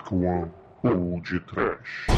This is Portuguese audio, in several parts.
Dark One ou de Trash.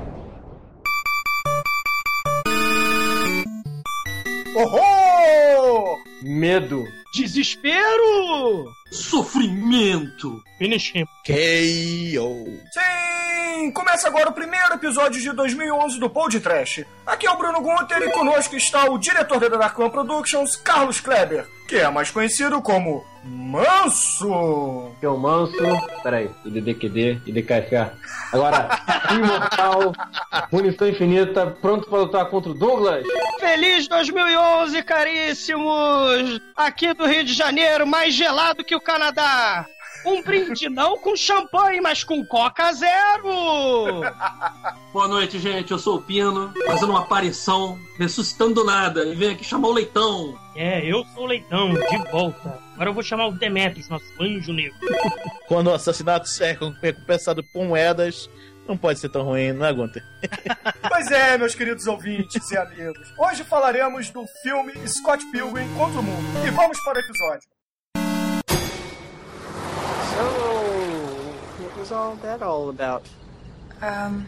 Horror! Medo. Desespero! Sofrimento! Finish him. KO. Sim! Começa agora o primeiro episódio de 2011 do Pod Trash. Aqui é o Bruno Gunter e conosco está o diretor da Dark One Productions, Carlos Kleber, que é mais conhecido como Manso. Que é o Manso. Peraí. IDDQD, IDKFA. Agora, imortal, munição infinita, pronto para lutar contra o Douglas. Feliz 2011, caríssimos! Aqui do Rio de Janeiro, mais gelado que o Canadá. Um brinde não com champanhe, mas com Coca Zero! Boa noite, gente. Eu sou o Pino, fazendo uma aparição, ressuscitando do nada, e venho aqui chamar o Leitão. Eu sou o Leitão, de volta. Agora eu vou chamar o Demetrius, nosso anjo negro. Quando o assassinato é recompensado por moedas, não pode ser tão ruim, não é, Gunter? Pois é, meus queridos ouvintes e amigos. Hoje falaremos do filme Scott Pilgrim contra o Mundo. E vamos para o episódio. So, what was all that all about? I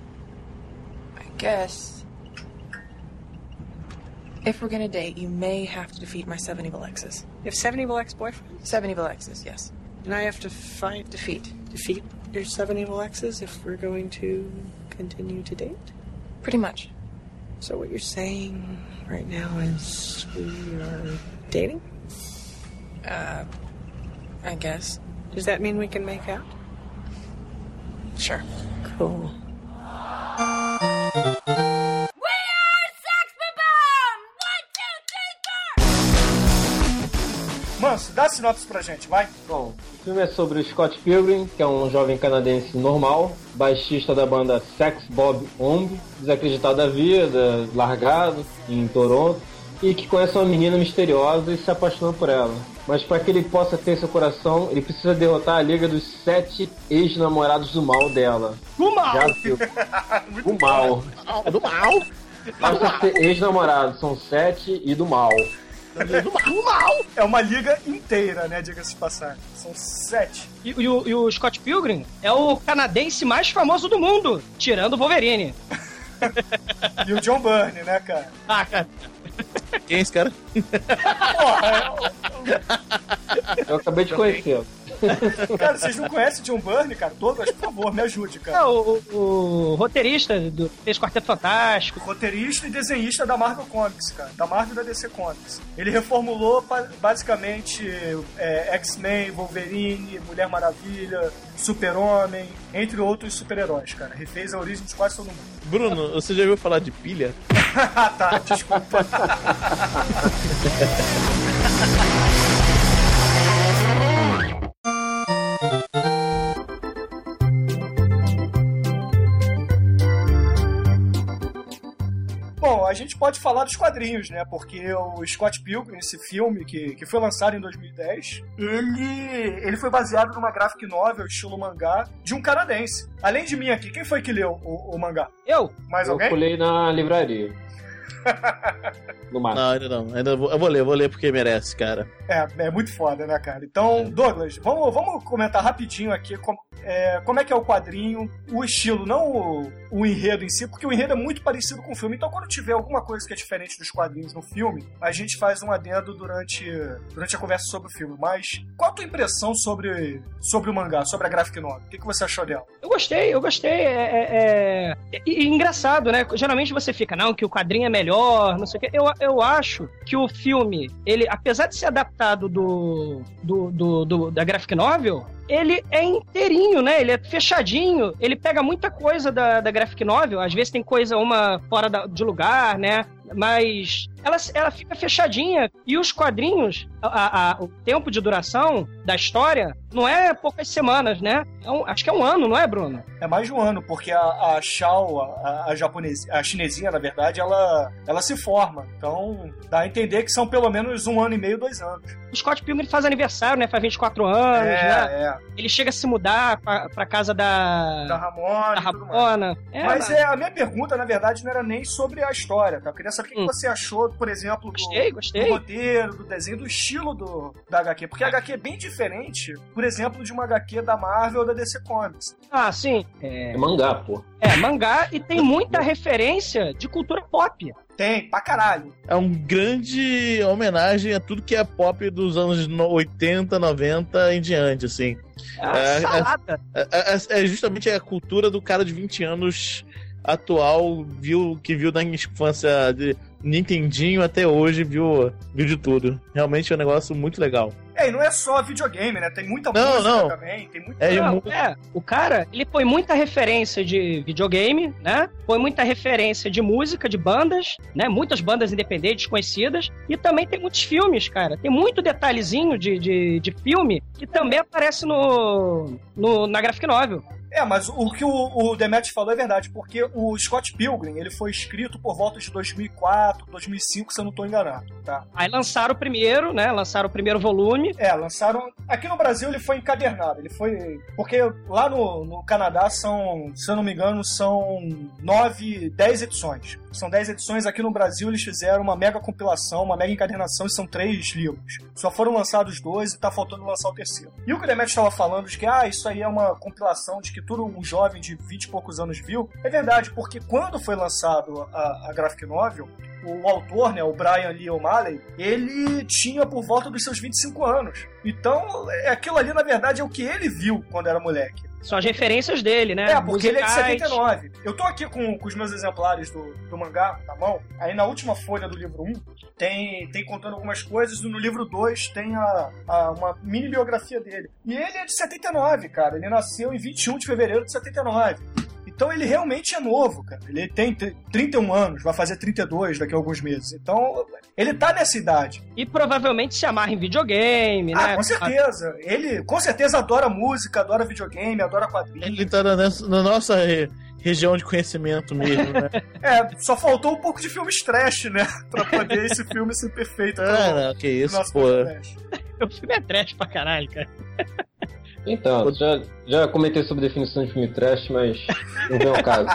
guess if we're gonna date, you may have to defeat my 7 evil exes. You have 7 evil ex-boyfriends? 7 evil exes, yes. And I have to fight... Defeat your 7 evil exes if we're going to continue to date? Pretty much. So what you're saying right now is we are dating? I guess. Does that mean we can make out? Sure. Cool. Manso, dá a sinopse pra gente, vai. Bom, o filme é sobre o Scott Pilgrim, que é um jovem canadense normal, baixista da banda Sex Bob Omb, desacreditado da vida, largado em Toronto, e que conhece uma menina misteriosa e se apaixona por ela. Mas para que ele possa ter seu coração, ele precisa derrotar a liga dos 7 ex-namorados do mal dela. Do mal! Já viu? Do mal. É do mal. Basta ser ex-namorados, são 7 e do mal. Do mal. É uma liga inteira, né, diga-se de passagem. São 7. E o Scott Pilgrim é o canadense mais famoso do mundo, tirando o Wolverine. E o John Byrne, né, cara? Ah, cara. Quem é esse cara? Porra, Eu acabei de conhecer. cara, vocês não conhecem John Byrne, cara? Douglas, por favor, me ajude, cara. É o roteirista do fez Quarteto Fantástico. Roteirista e desenhista da Marvel Comics, cara. Da Marvel e da DC Comics. Ele reformulou basicamente X-Men, Wolverine, Mulher Maravilha, Super-Homem, entre outros super-heróis, cara. Refez a origem de quase todo mundo. Bruno, você já ouviu falar de pilha? Tá, desculpa. Bom, a gente pode falar dos quadrinhos, né? Porque o Scott Pilgrim, esse filme que foi lançado em 2010, ele foi baseado numa graphic novel estilo mangá de um canadense. Além de mim aqui, quem foi que leu o mangá? Eu? Mais Eu alguém? pulei na livraria. No máximo. Não, ainda não. Eu vou ler porque merece, cara. É muito foda, né, cara? Então, Douglas, vamos comentar rapidinho aqui como é que é o quadrinho, o estilo, não o enredo em si, porque o enredo é muito parecido com o filme. Então, quando tiver alguma coisa que é diferente dos quadrinhos no filme, a gente faz um adendo durante a conversa sobre o filme. Mas, qual a tua impressão sobre o mangá, sobre a graphic novel? O que você achou dela? Eu gostei. E engraçado, né? Geralmente você fica, não, que o quadrinho é melhor, não sei o quê. Eu acho que o filme, ele, apesar de ser adaptado da graphic novel, ele é inteirinho, né? Ele é fechadinho. Ele pega muita coisa da graphic novel. Às vezes tem coisa uma fora de lugar, né? Mas ela fica fechadinha. E os quadrinhos, o tempo de duração da história não é poucas semanas, né? Acho que é um ano, não é, Bruno? É mais de um ano, porque a Shao, a chinesinha, na verdade, ela se forma. Então, dá a entender que são pelo menos 1 ano e meio, 2 anos. O Scott Pilgrim faz aniversário, né? Faz 24 anos, né? Ele chega a se mudar pra casa da Ramona. Mas a minha pergunta, na verdade, não era nem sobre a história, tá? Eu queria saber o que você achou por exemplo, Gostei. do roteiro, do desenho, do estilo da HQ. Porque a HQ é bem diferente, por exemplo, de uma HQ da Marvel ou da DC Comics. Ah, sim. É mangá, pô. É mangá e tem muita referência de cultura pop. Tem, pra caralho. É um grande homenagem a tudo que é pop dos anos 80, 90 em diante, assim. Salada. É justamente a cultura do cara de 20 anos atual, que viu na infância de Nintendinho até hoje, viu de tudo. Realmente é um negócio muito legal. E não é só videogame, né? Tem muita música também. Tem muita... O cara, ele põe muita referência de videogame, né? Põe muita referência de música, de bandas, né? Muitas bandas independentes conhecidas. E também tem muitos filmes, cara. Tem muito detalhezinho de filme que também aparece na Graphic Novel. Mas o que o Demet falou é verdade, porque o Scott Pilgrim, ele foi escrito por volta de 2004, 2005, se eu não estou enganado, tá? Aí lançaram o primeiro, né? Lançaram o primeiro volume. Lançaram... Aqui no Brasil ele foi encadernado, porque lá no Canadá são, se eu não me engano, são 10 edições. São 10 edições. Aqui no Brasil eles fizeram uma mega compilação, uma mega encadernação, e são 3 livros. Só foram lançados 2 e tá faltando lançar o terceiro. E o que o Demet estava falando de que, isso aí é uma compilação de que tudo um jovem de 20 e poucos anos viu, é verdade, porque quando foi lançado a Graphic Novel, o autor, né, o Brian Lee O'Malley, ele tinha por volta dos seus 25 anos. Então, aquilo ali, na verdade, é o que ele viu quando era moleque. São as referências dele, né? Porque ele é de 79. Eu tô aqui com os meus exemplares do mangá na mão. Aí na última folha do livro 1 tem contando algumas coisas. E no livro 2 tem uma mini biografia dele. E ele é de 79, cara. Ele nasceu em 21 de fevereiro de 79. Então ele realmente é novo, cara. Ele tem 31 anos, vai fazer 32 daqui a alguns meses. Então ele tá nessa idade. E provavelmente se amarra em videogame, né? Com certeza. Ele com certeza adora música, adora videogame, adora quadrinhos. Ele tá na nossa região de conhecimento mesmo, né? Só faltou um pouco de filmes trash, né? Pra poder esse filme ser perfeito. Não, que isso, pô. O filme é trash pra caralho, cara. Então, já comentei sobre definição de filme trash, mas não vem ao caso.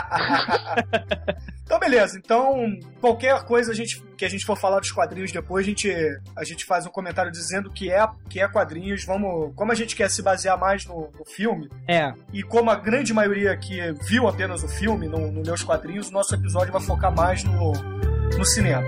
Então, beleza. Então, qualquer coisa que a gente for falar dos quadrinhos depois, a gente faz um comentário dizendo que é quadrinhos. Como a gente quer se basear mais no filme, e como a grande maioria aqui viu apenas o filme, não leu os quadrinhos, o nosso episódio vai focar mais no cinema.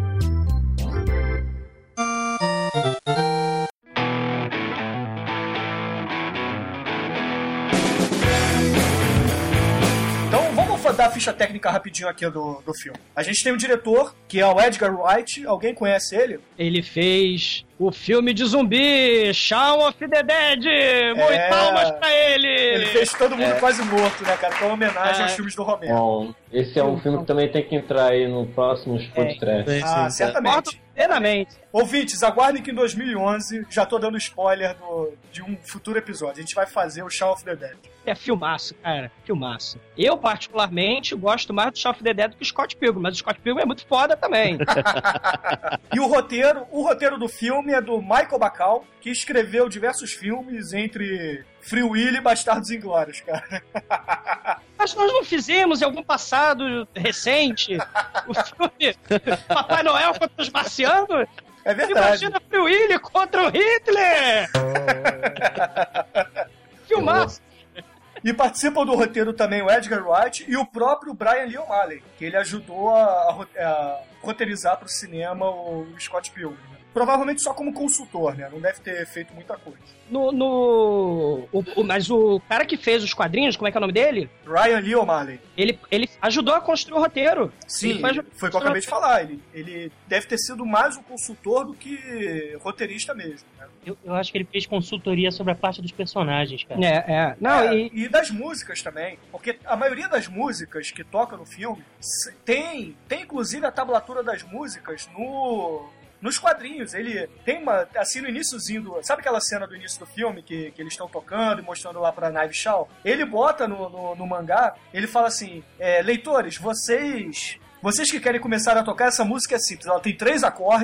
Dar a ficha técnica rapidinho aqui do filme. A gente tem um diretor, que é o Edgar Wright. Alguém conhece ele? Ele fez o filme de zumbi, Shaun of the Dead. Muito palmas pra ele! Ele fez Todo Mundo Quase Morto, né, cara? Que é uma homenagem aos filmes do Romero. Bom, esse é um filme que também tem que entrar aí no próximo podcast. Certamente. Plenamente. Ouvintes, aguardem que em 2011, já tô dando spoiler de um futuro episódio, a gente vai fazer o Shaun of the Dead. É filmaço, cara. Filmaço. Eu, particularmente, gosto mais do Shaun of the Dead do que o Scott Pilgrim, mas o Scott Pilgrim é muito foda também. E o roteiro do filme é do Michael Bacall, que escreveu diversos filmes entre Free Willy e Bastardos Inglórios, cara. Mas nós não fizemos em algum passado recente o filme Papai Noel contra os Marcianos? É verdade. Imagina Free Willy contra o Hitler! Filmaço! E participam do roteiro também o Edgar Wright e o próprio Brian Lee O'Malley, que ele ajudou a roteirizar para o cinema o Scott Pilgrim. Provavelmente só como consultor, né? Não deve ter feito muita coisa. Mas o cara que fez os quadrinhos, como é que é o nome dele? Brian Lee O'Malley. Ele ajudou a construir o roteiro. Sim, foi o que eu acabei de falar. Ele deve ter sido mais um consultor do que roteirista mesmo, né? Eu acho que ele fez consultoria sobre a parte dos personagens, cara. E das músicas também. Porque a maioria das músicas que toca no filme tem inclusive a tablatura das músicas nos quadrinhos. Ele tem assim, no iniciozinho sabe aquela cena do início do filme que eles estão tocando e mostrando lá pra Knives Shaw? Ele bota no mangá, ele fala assim, leitores, vocês que querem começar a tocar, essa música é simples, ela tem 3 acordes,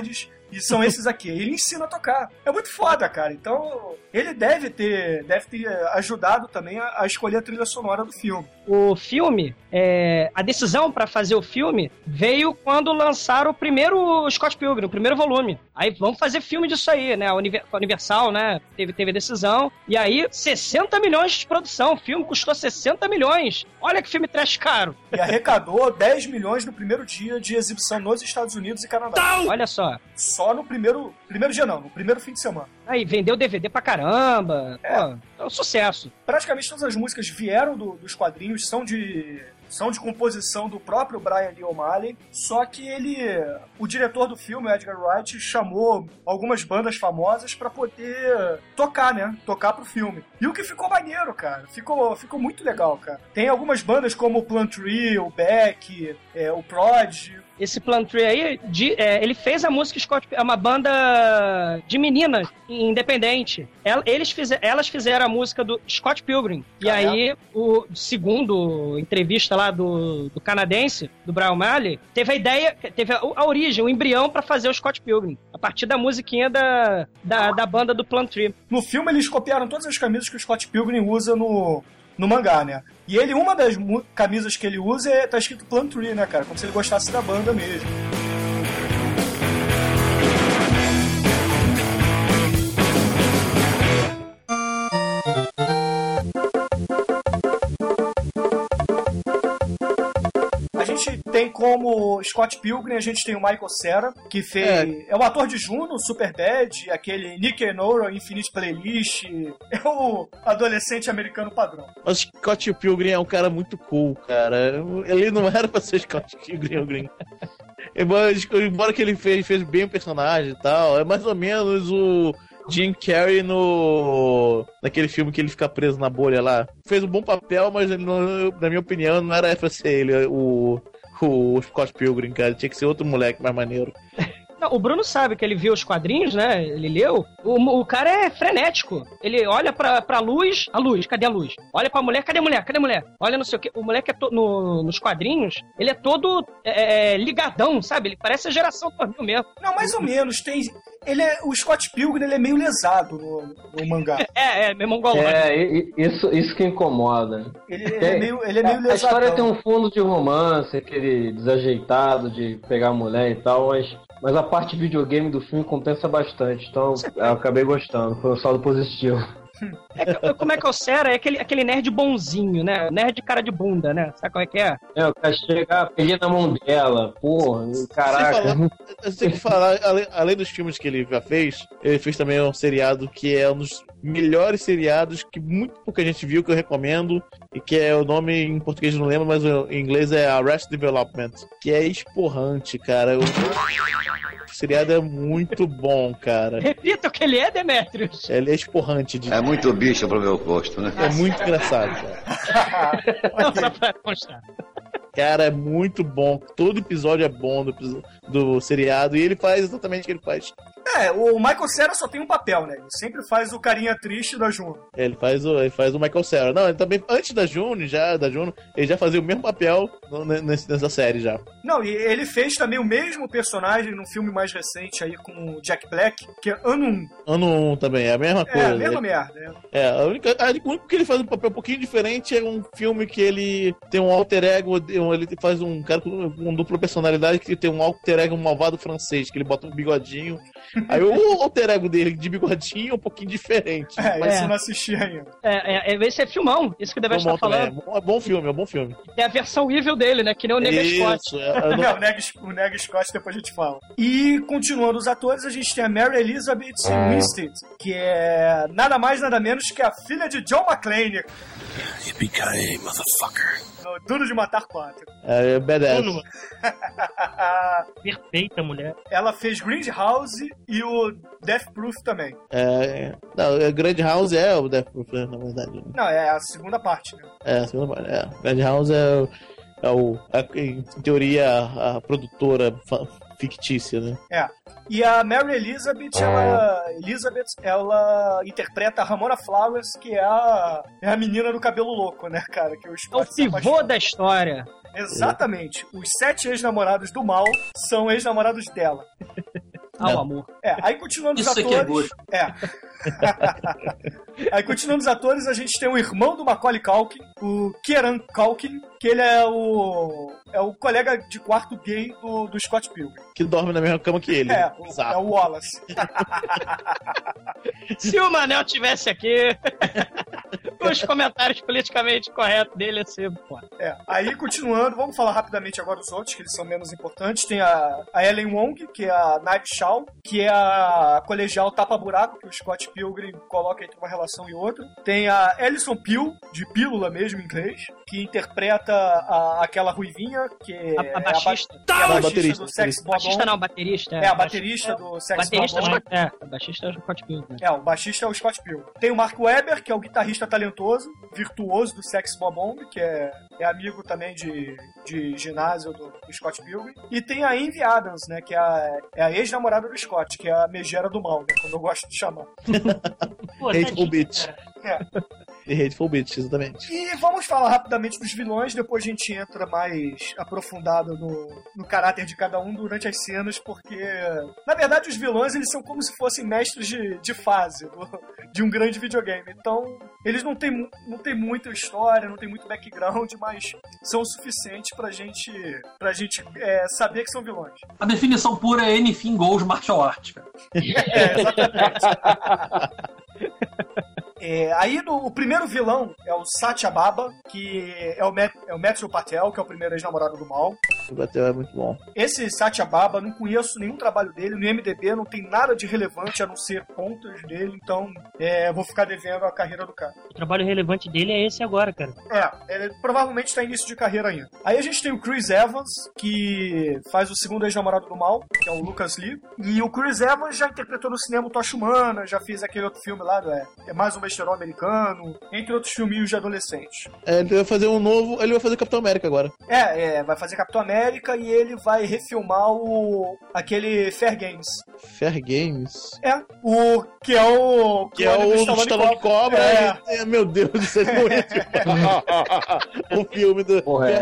E são esses aqui. Ele ensina a tocar. É muito foda, cara. Então, ele deve ter ajudado também a escolher a trilha sonora do filme. O filme, a decisão pra fazer o filme veio quando lançaram o primeiro Scott Pilgrim, o primeiro volume. Aí vamos fazer filme disso aí, né? A Universal, né? Teve a decisão. E aí, 60 milhões de produção. O filme custou 60 milhões. Olha que filme trash caro. E arrecadou 10 milhões no primeiro dia de exibição nos Estados Unidos e Canadá. Olha só. Só no primeiro dia não, no primeiro fim de semana. Aí vendeu DVD pra caramba. Pô, é um sucesso. Praticamente todas as músicas vieram dos quadrinhos, são de composição do próprio Brian Lee O'Malley, só que o diretor do filme, o Edgar Wright, chamou algumas bandas famosas pra poder tocar, né? Tocar pro filme. E o que ficou maneiro, cara. Ficou muito legal, cara. Tem algumas bandas como o Plant Tree, o Beck, o Prod. Esse Plant Tree aí, ele fez a música Scott, é uma banda de meninas, independente. Elas fizeram a música do Scott Pilgrim. E aí, segundo entrevista lá do canadense, do Brian O'Malley, teve a ideia, teve a origem, o embrião pra fazer o Scott Pilgrim. A partir da musiquinha da banda do Plant Tree. No filme, eles copiaram todas as camisas que o Scott Pilgrim usa no mangá, né? E uma das camisas que ele usa tá escrito Plant Tree, né, cara? Como se ele gostasse da banda mesmo. A gente tem como Scott Pilgrim, a gente tem o Michael Cera, que fez... É o ator de Juno, Superbad, aquele Nick and Nora, Infinite Playlist. É o adolescente americano padrão. Mas Scott Pilgrim é um cara muito cool, cara. Ele não era pra ser Scott Pilgrim. Embora que ele fez bem o personagem e tal, é mais ou menos o Jim Carrey naquele filme que ele fica preso na bolha lá. Fez um bom papel, mas ele não, na minha opinião não era pra ser ele, o Scott Pilgrim, cara. Tinha que ser outro moleque mais maneiro. Não, o Bruno sabe que ele viu os quadrinhos, né? Ele leu. O cara é frenético. Ele olha pra luz. A luz, cadê a luz? Olha pra mulher, cadê a mulher? Cadê a mulher? Olha não sei o que. O moleque nos quadrinhos, ele é todo ligadão, sabe? Ele parece a geração 2000 mesmo. Não, mais ou menos. O Scott Pilgrim, ele é meio lesado no mangá. Meio mongolão. Isso que incomoda. Ele é meio lesado. A história tem um fundo de romance, aquele desajeitado de pegar a mulher e tal, mas a parte videogame do filme compensa bastante, então eu acabei gostando, foi um saldo positivo. Como é que é o Cera? É aquele nerd bonzinho, né? Nerd de cara de bunda, né? Sabe qual é que é? O cara chega, peguei na mão dela, porra, caraca. Eu tenho que falar, além dos filmes que ele já fez, ele fez também um seriado que é um dos melhores seriados que muito pouca gente viu, que eu recomendo, e que o nome em português eu não lembro, mas em inglês é Arrested Development, que é esporrante, cara. O seriado é muito bom, cara. Repita o que ele é, Demetrius. Ele é esporrante. É muito bicho pro meu gosto, né? É muito engraçado, cara. Não, só pra constar. Cara, é muito bom. Todo episódio é bom do seriado. E ele faz exatamente o que ele faz. O Michael Cera só tem um papel, né? Ele sempre faz o carinha triste da Juno. Ele faz o Michael Cera. Não, ele também, antes da Juno, ele já fazia o mesmo papel nessa série já. Não, e ele fez também o mesmo personagem num filme mais recente aí com o Jack Black, que é Ano 1. Ano 1 também, é a mesma coisa. É, a mesma merda. O único que ele faz um papel um pouquinho diferente é um filme que ele tem um alter ego, ele faz um cara com dupla personalidade que tem um alter ego malvado francês, que ele bota um bigodinho. Aí o alter ego dele de bigodinho é um pouquinho diferente. Isso eu não assisti ainda. Esse é filmão, isso que o Demetrius tá falando. É bom filme. Tem a versão evil dele, né? Que nem o Nega Scott. O Nega Scott depois a gente fala. E, continuando os atores, a gente tem a Mary Elizabeth Winstead, que é nada mais, nada menos que a filha de John McClane. Yippee-ki-yay, motherfucker. Duro de Matar 4. É badass. Perfeita mulher. Ela fez Grindhouse e o Death Proof também. Não, Grindhouse é o Death Proof, na verdade. Não, é a segunda parte, né? É, a segunda parte. Grindhouse em teoria, a produtora fictícia, né? E a Mary Elizabeth, ela interpreta a Ramona Flowers, que é a menina do cabelo louco, né, cara? Que é o pivô da história. Exatamente. Os 7 ex-namorados do mal são ex-namorados dela. ao amor. Aí continuando os Isso aqui é atores... Aí continuando os atores, a gente tem o irmão do Macaulay Culkin, o Kieran Culkin, que ele é o colega de quarto gay do Scott Pilgrim. Que dorme na mesma cama que ele. É o Wallace. Se o Manel tivesse aqui, os comentários politicamente corretos dele ia ser foda. Aí continuando, vamos falar rapidamente agora dos outros, que eles são menos importantes. Tem a Ellen Wong, que é a Knife Shaw, que é a colegial tapa-buraco que o Scott Pilgrim coloca entre uma relação e outra. Tem a Alison Pill, de pílula mesmo em inglês, que interpreta aquela ruivinha, que é a baixista. A baterista do Sex Bob. Baixista não, baterista. A baterista do Sex Bob. A baixista é o Scott Pilgrim. O baixista é o Scott Pilgrim. Tem o Mark Webber, que é o guitarrista talentoso, virtuoso do Sex Bob, que é amigo também de ginásio do Scott Pilgrim. E tem a Ivy Adams, né, que é a ex-namorada do Scott, que é a megera do mal, né, como eu gosto de chamar. Hateful Bitch. E Hateful Bitch, exatamente. E vamos falar rapidamente dos vilões, depois a gente entra mais aprofundado no caráter de cada um durante as cenas, porque, na verdade, os vilões eles são como se fossem mestres de fase de um grande videogame. Então, eles não têm muita história, não tem muito background, mas são o suficiente pra gente saber que são vilões. A definição pura é anything goes martial arts, cara. Exatamente. Aí o primeiro vilão é o Satya Baba, que é o Matthew Patel, que é o primeiro ex-namorado do mal. O Patel é muito bom. Esse Satya Baba, não conheço nenhum trabalho dele, no IMDb não tem nada de relevante a não ser pontos dele, então vou ficar devendo a carreira do cara. O trabalho relevante dele é esse agora, cara. Ele provavelmente está em início de carreira ainda. Aí a gente tem o Chris Evans, que faz o segundo ex-namorado do mal, que é o Lucas Lee. E o Chris Evans já interpretou no cinema o Tocha Humana, já fez aquele outro filme lá, é mais um besterol americano, entre outros filminhos de adolescentes. Ele vai fazer um novo, ele vai fazer Capitão América agora. Vai fazer Capitão América e ele vai refilmar aquele Fair Games. Fair Games? Que é o Stallone Cobra. Meu Deus do céu, o filme do...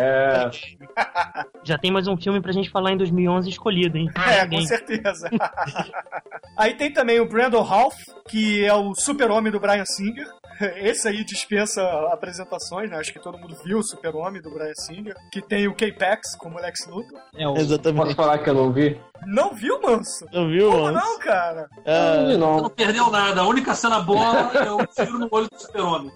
Já tem mais um filme pra gente falar em 2011 escolhido, hein? Com certeza. Aí tem também o Brandon Routh, que é o super-homem do Bryan Singer. Esse aí dispensa apresentações, né? Acho que todo mundo viu o super-homem do Bryan Singer. Que tem o K-Pax como Lex Luthor. Exatamente. Posso falar que eu não vi? Não viu, Manso? Não viu, Como Manso? não, cara? Não perdeu nada. A única cena boa é o tiro no olho do super-homem.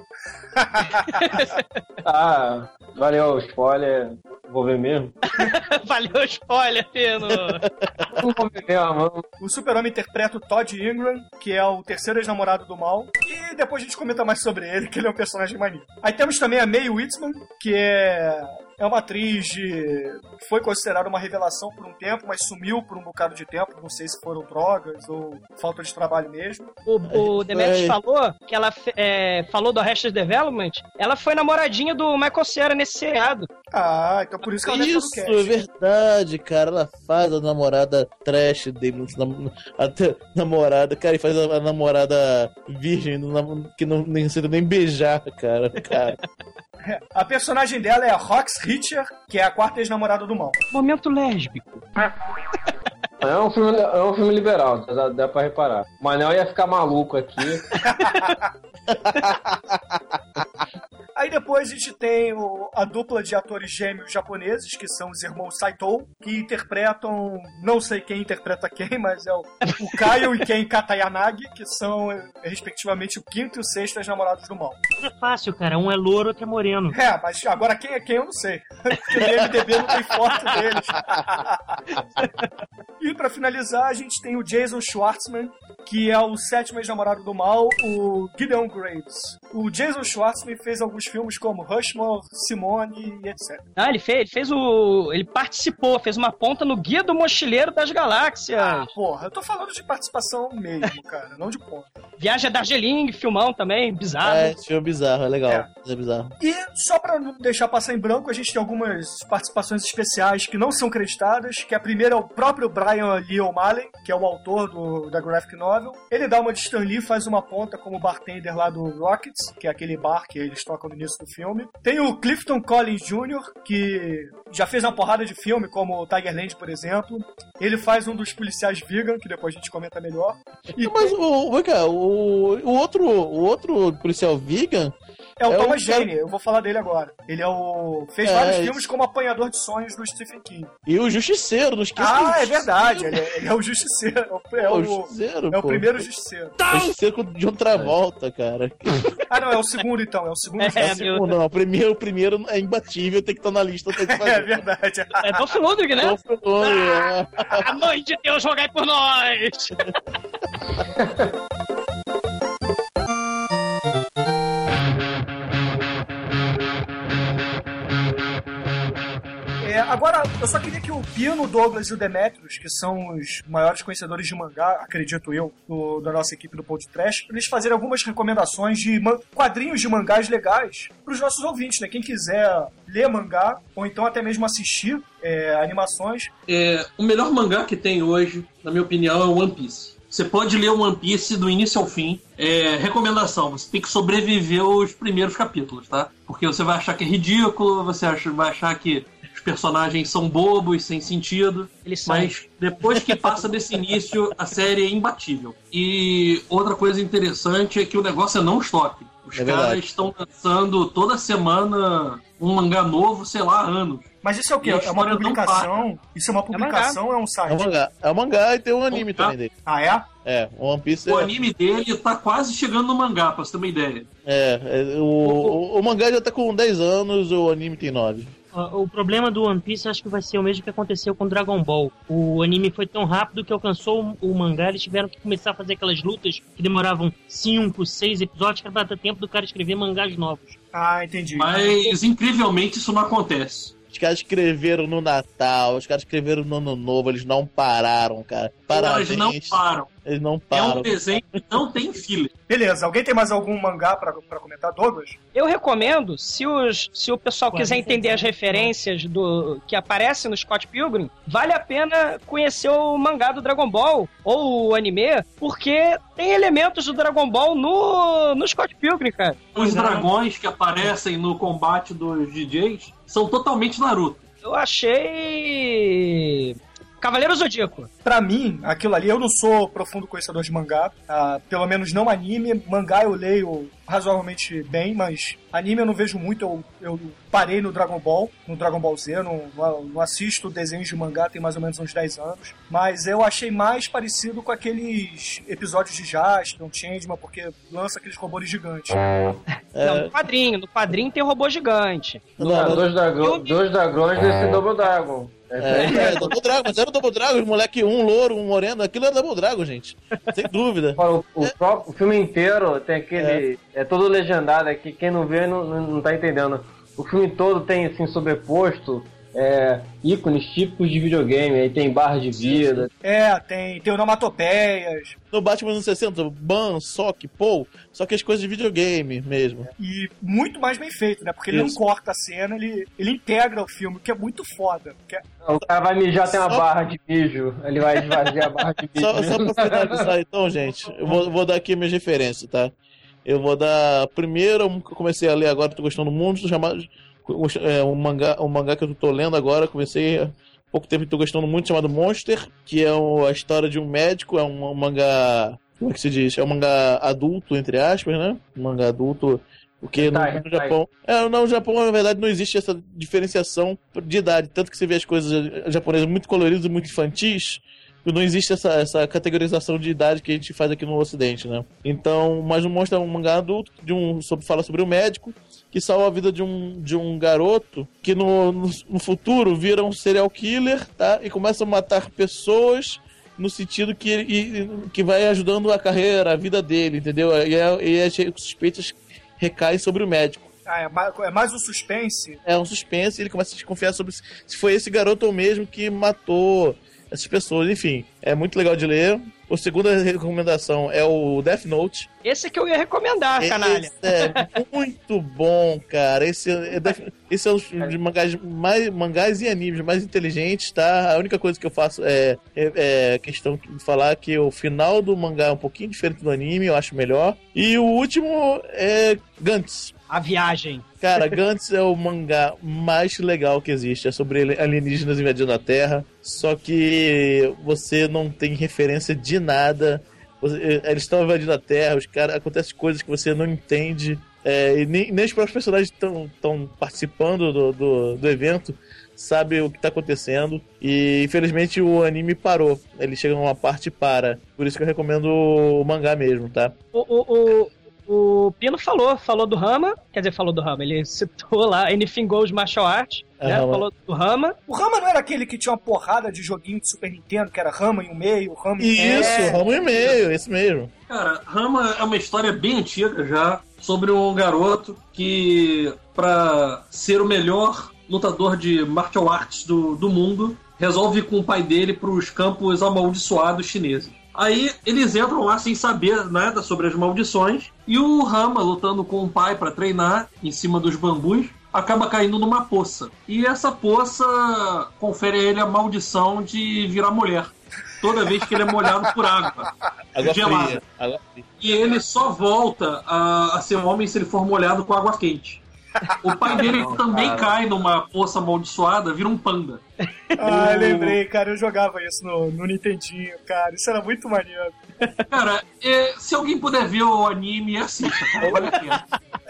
Valeu o spoiler. Vou ver mesmo. Valeu o spoiler, Pino. Não vou ver mesmo. O super-homem interpreta o Todd Ingram, que é o terceiro ex-namorado do mal. E depois a gente comenta mais sobre ele, que ele é um personagem maneiro. Aí temos também a Mae Whitman, que é uma atriz que foi considerada uma revelação por um tempo, mas sumiu por um bocado de tempo. Não sei se foram drogas ou falta de trabalho mesmo. O Demetrius falou que ela falou do Arrested Development. Ela foi namoradinha do Michael Cera nesse seriado. Então por isso que ela deve estar no cast. É verdade, cara. Ela faz a namorada trash dele, até namorada, cara, e faz a namorada virgem, que não necessita nem beijar, cara. A personagem dela é a Rox Richter, que é a quarta ex-namorada do mal. Momento lésbico. É um filme liberal, dá pra reparar. O Manel ia ficar maluco aqui. Aí depois a gente tem a dupla de atores gêmeos japoneses, que são os irmãos Saito, que interpretam, não sei quem interpreta quem, mas é o Kaio e Ken Katayanagi, que são, respectivamente, o quinto e o sexto ex-namorados do mal. É fácil, cara. Um é louro, outro é moreno. Mas agora quem é quem eu não sei. Porque no IMDb não tem foto deles. E pra finalizar, a gente tem o Jason Schwartzman, que é o sétimo ex-namorado do mal, o Gideon Graves. O Jason Schwartzman fez alguns filmes como Rushmore, Simone e etc. Ele participou, fez uma ponta no Guia do Mochileiro das Galáxias. Porra, eu tô falando de participação mesmo, cara, não de ponta. Viagem a Darjeeling, filmão também, bizarro. Filme bizarro, é legal. É bizarro. E só pra não deixar passar em branco, a gente tem algumas participações especiais que não são creditadas, que a primeira é o próprio Bryan Brian Lee O'Malley, que é o autor da graphic novel. Ele dá uma de Stan Lee, faz uma ponta como bartender lá do Rockets, que é aquele bar que eles tocam no início do filme. Tem o Clifton Collins Jr., que já fez uma porrada de filme, como Tigerland, por exemplo. Ele faz um dos policiais vegan, que depois a gente comenta melhor. Mas o outro policial vegan é o Thomas Jane, eu vou falar dele agora. Ele fez vários filmes como Apanhador de Sonhos do Stephen King. E o Justiceiro, não esqueça. É verdade, ele é o Justiceiro. É o primeiro Justiceiro. O Justiceiro com John Travolta, cara. Não, é o segundo então, é o segundo Justiceiro. Não, o primeiro é imbatível, tem que estar na lista. É verdade. É Dolph Lundgren, né? Dolph Lundgren, A mãe de Deus, rogai por nós! Agora, eu só queria que o Pino, o Douglas e o Demetrius, que são os maiores conhecedores de mangá, acredito eu, da nossa equipe do Podcast, eles fazerem algumas recomendações de quadrinhos de mangás legais para os nossos ouvintes, né? Quem quiser ler mangá, ou então até mesmo assistir animações. O melhor mangá que tem hoje, na minha opinião, é o One Piece. Você pode ler o One Piece do início ao fim. Recomendação, você tem que sobreviver os primeiros capítulos, tá? Porque você vai achar que é ridículo, vai achar que os personagens são bobos, sem sentido. Mas depois que passa desse início, a série é imbatível. E outra coisa interessante é que o negócio é não stop. Os caras estão lançando toda semana um mangá novo, sei lá, há anos. Mas isso é o quê? É uma publicação? Isso é uma publicação ou é um site? É um mangá e tem um anime também dele. Ah, é? O One Piece O anime dele tá quase chegando no mangá, pra você ter uma ideia. O mangá já tá com 10 anos, o anime tem 9. O problema do One Piece acho que vai ser o mesmo que aconteceu com Dragon Ball. O anime foi tão rápido que alcançou o mangá, eles tiveram que começar a fazer aquelas lutas que demoravam 5, 6 episódios para dar tempo do cara escrever mangás novos. Ah, entendi. Mas, incrivelmente, isso não acontece. Os caras escreveram no Natal, os caras escreveram no Ano Novo, eles não pararam, cara. Eles não param. Eles não param. É um desenho que não tem filler. Beleza, alguém tem mais algum mangá pra comentar, Douglas? Eu recomendo, se o pessoal quiser entender as referências que aparecem no Scott Pilgrim, vale a pena conhecer o mangá do Dragon Ball, ou o anime, porque tem elementos do Dragon Ball no Scott Pilgrim, cara. Os dragões que aparecem no combate dos DJs são totalmente Naruto. Eu achei... Cavaleiro Zodíaco. Pra mim, aquilo ali, eu não sou profundo conhecedor de mangá, pelo menos não anime. Mangá eu leio razoavelmente bem, mas anime eu não vejo muito. Eu parei no Dragon Ball Z, não assisto desenhos de mangá tem mais ou menos uns 10 anos. Mas eu achei mais parecido com aqueles episódios de Jaspion, Changeman, porque lança aqueles robôs gigantes. Não, no quadrinho tem robô gigante. Dois dragões desse Double Dragon. Double Dragon, mas era o Double Dragon, os moleque, um louro, um moreno, aquilo era Double Dragon, gente. Sem dúvida. O filme inteiro tem aquele. É todo legendado aqui, quem não vê não tá entendendo. O filme todo tem assim sobreposto ícones típicos de videogame, aí tem barra de vida. Tem onomatopeias. No Batman nos 60, Ban, Sock, Paul, só que as coisas de videogame mesmo. E muito mais bem feito, né? Porque ele não corta a cena, ele integra o filme, o que é muito foda. O cara vai mijar, tem uma barra de mijo, ele vai esvaziar a barra de mijo. Só pra finalizar então, gente, eu vou dar aqui minhas referências, tá? Eu vou dar... Primeiro, eu comecei a ler agora, tô gostando muito, chamado... um mangá que eu tô lendo agora, comecei há pouco tempo e tô gostando muito, chamado Monster, que é a história de um médico, é um mangá, como é que se diz? É um mangá adulto, entre aspas, né? Um mangá adulto, porque no Japão... no Japão, na verdade, não existe essa diferenciação de idade, tanto que você vê as coisas japonesas muito coloridas e muito infantis, não existe essa categorização de idade que a gente faz aqui no Ocidente, né? Então, mas o Monster é um mangá adulto, fala sobre um médico que salva a vida de um garoto que no futuro vira um serial killer, tá? E começa a matar pessoas no sentido que vai ajudando a carreira, a vida dele, entendeu? E as suspeitas recaem sobre o médico. É mais um suspense? É um suspense, ele começa a desconfiar sobre se foi esse garoto ou mesmo que matou essas pessoas. Enfim, é muito legal de ler. A segunda recomendação é o Death Note, Esse que eu ia recomendar, canalha. Esse é muito bom, cara. Esse é um dos mangás e animes mais inteligentes, tá? A única coisa que eu faço é questão de falar que o final do mangá é um pouquinho diferente do anime, eu acho melhor. E o último é Gantz. A Viagem. Cara, Gantz é o mangá mais legal que existe. É sobre alienígenas invadindo a Terra. Só que você não tem referência de nada. Eles estão invadindo a Terra, acontecem coisas que você não entende. E nem os próprios personagens estão participando do evento, sabe o que está acontecendo. E infelizmente o anime parou. Ele chega numa parte e para. Por isso que eu recomendo o mangá mesmo, tá? O Pino falou do Rama, ele citou lá Anything Goes Martial Arts, né? Falou do Rama. O Rama não era aquele que tinha uma porrada de joguinho de Super Nintendo, que era Rama e um meio, Rama e Isso, Rama e meio, esse mesmo. Cara, Rama é uma história bem antiga já, sobre um garoto que, pra ser o melhor lutador de martial arts do mundo, resolve ir com o pai dele pros campos amaldiçoados chineses. Aí eles entram lá sem saber nada sobre as maldições e o Rama, lutando com o pai para treinar em cima dos bambus, acaba caindo numa poça. E essa poça confere a ele a maldição de virar mulher toda vez que ele é molhado por água gelada. E ele só volta a ser homem se ele for molhado com água quente. O pai dele também cai numa poça amaldiçoada, vira um panda. Ah, lembrei, cara, eu jogava isso no Nintendinho, cara, isso era muito maneiro. Cara, se alguém puder ver o anime, assista, cara, vale a pena.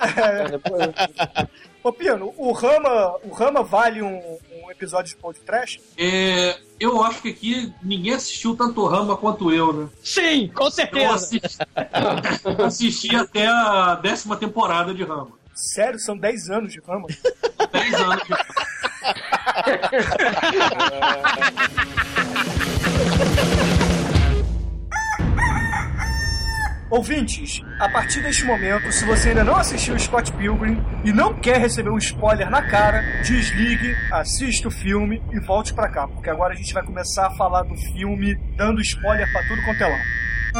Ô Pino, o Rama vale um episódio de podcast? Eu acho que aqui ninguém assistiu tanto Rama quanto eu, né? Sim, com certeza. Eu assisti até a 10ª temporada de Rama. Sério? São 10 anos de Rama? 10 anos de Rama. Ouvintes, a partir deste momento, se você ainda não assistiu Scott Pilgrim e não quer receber um spoiler na cara, desligue, assista o filme e volte pra cá, porque agora a gente vai começar a falar do filme dando spoiler pra tudo quanto é lado.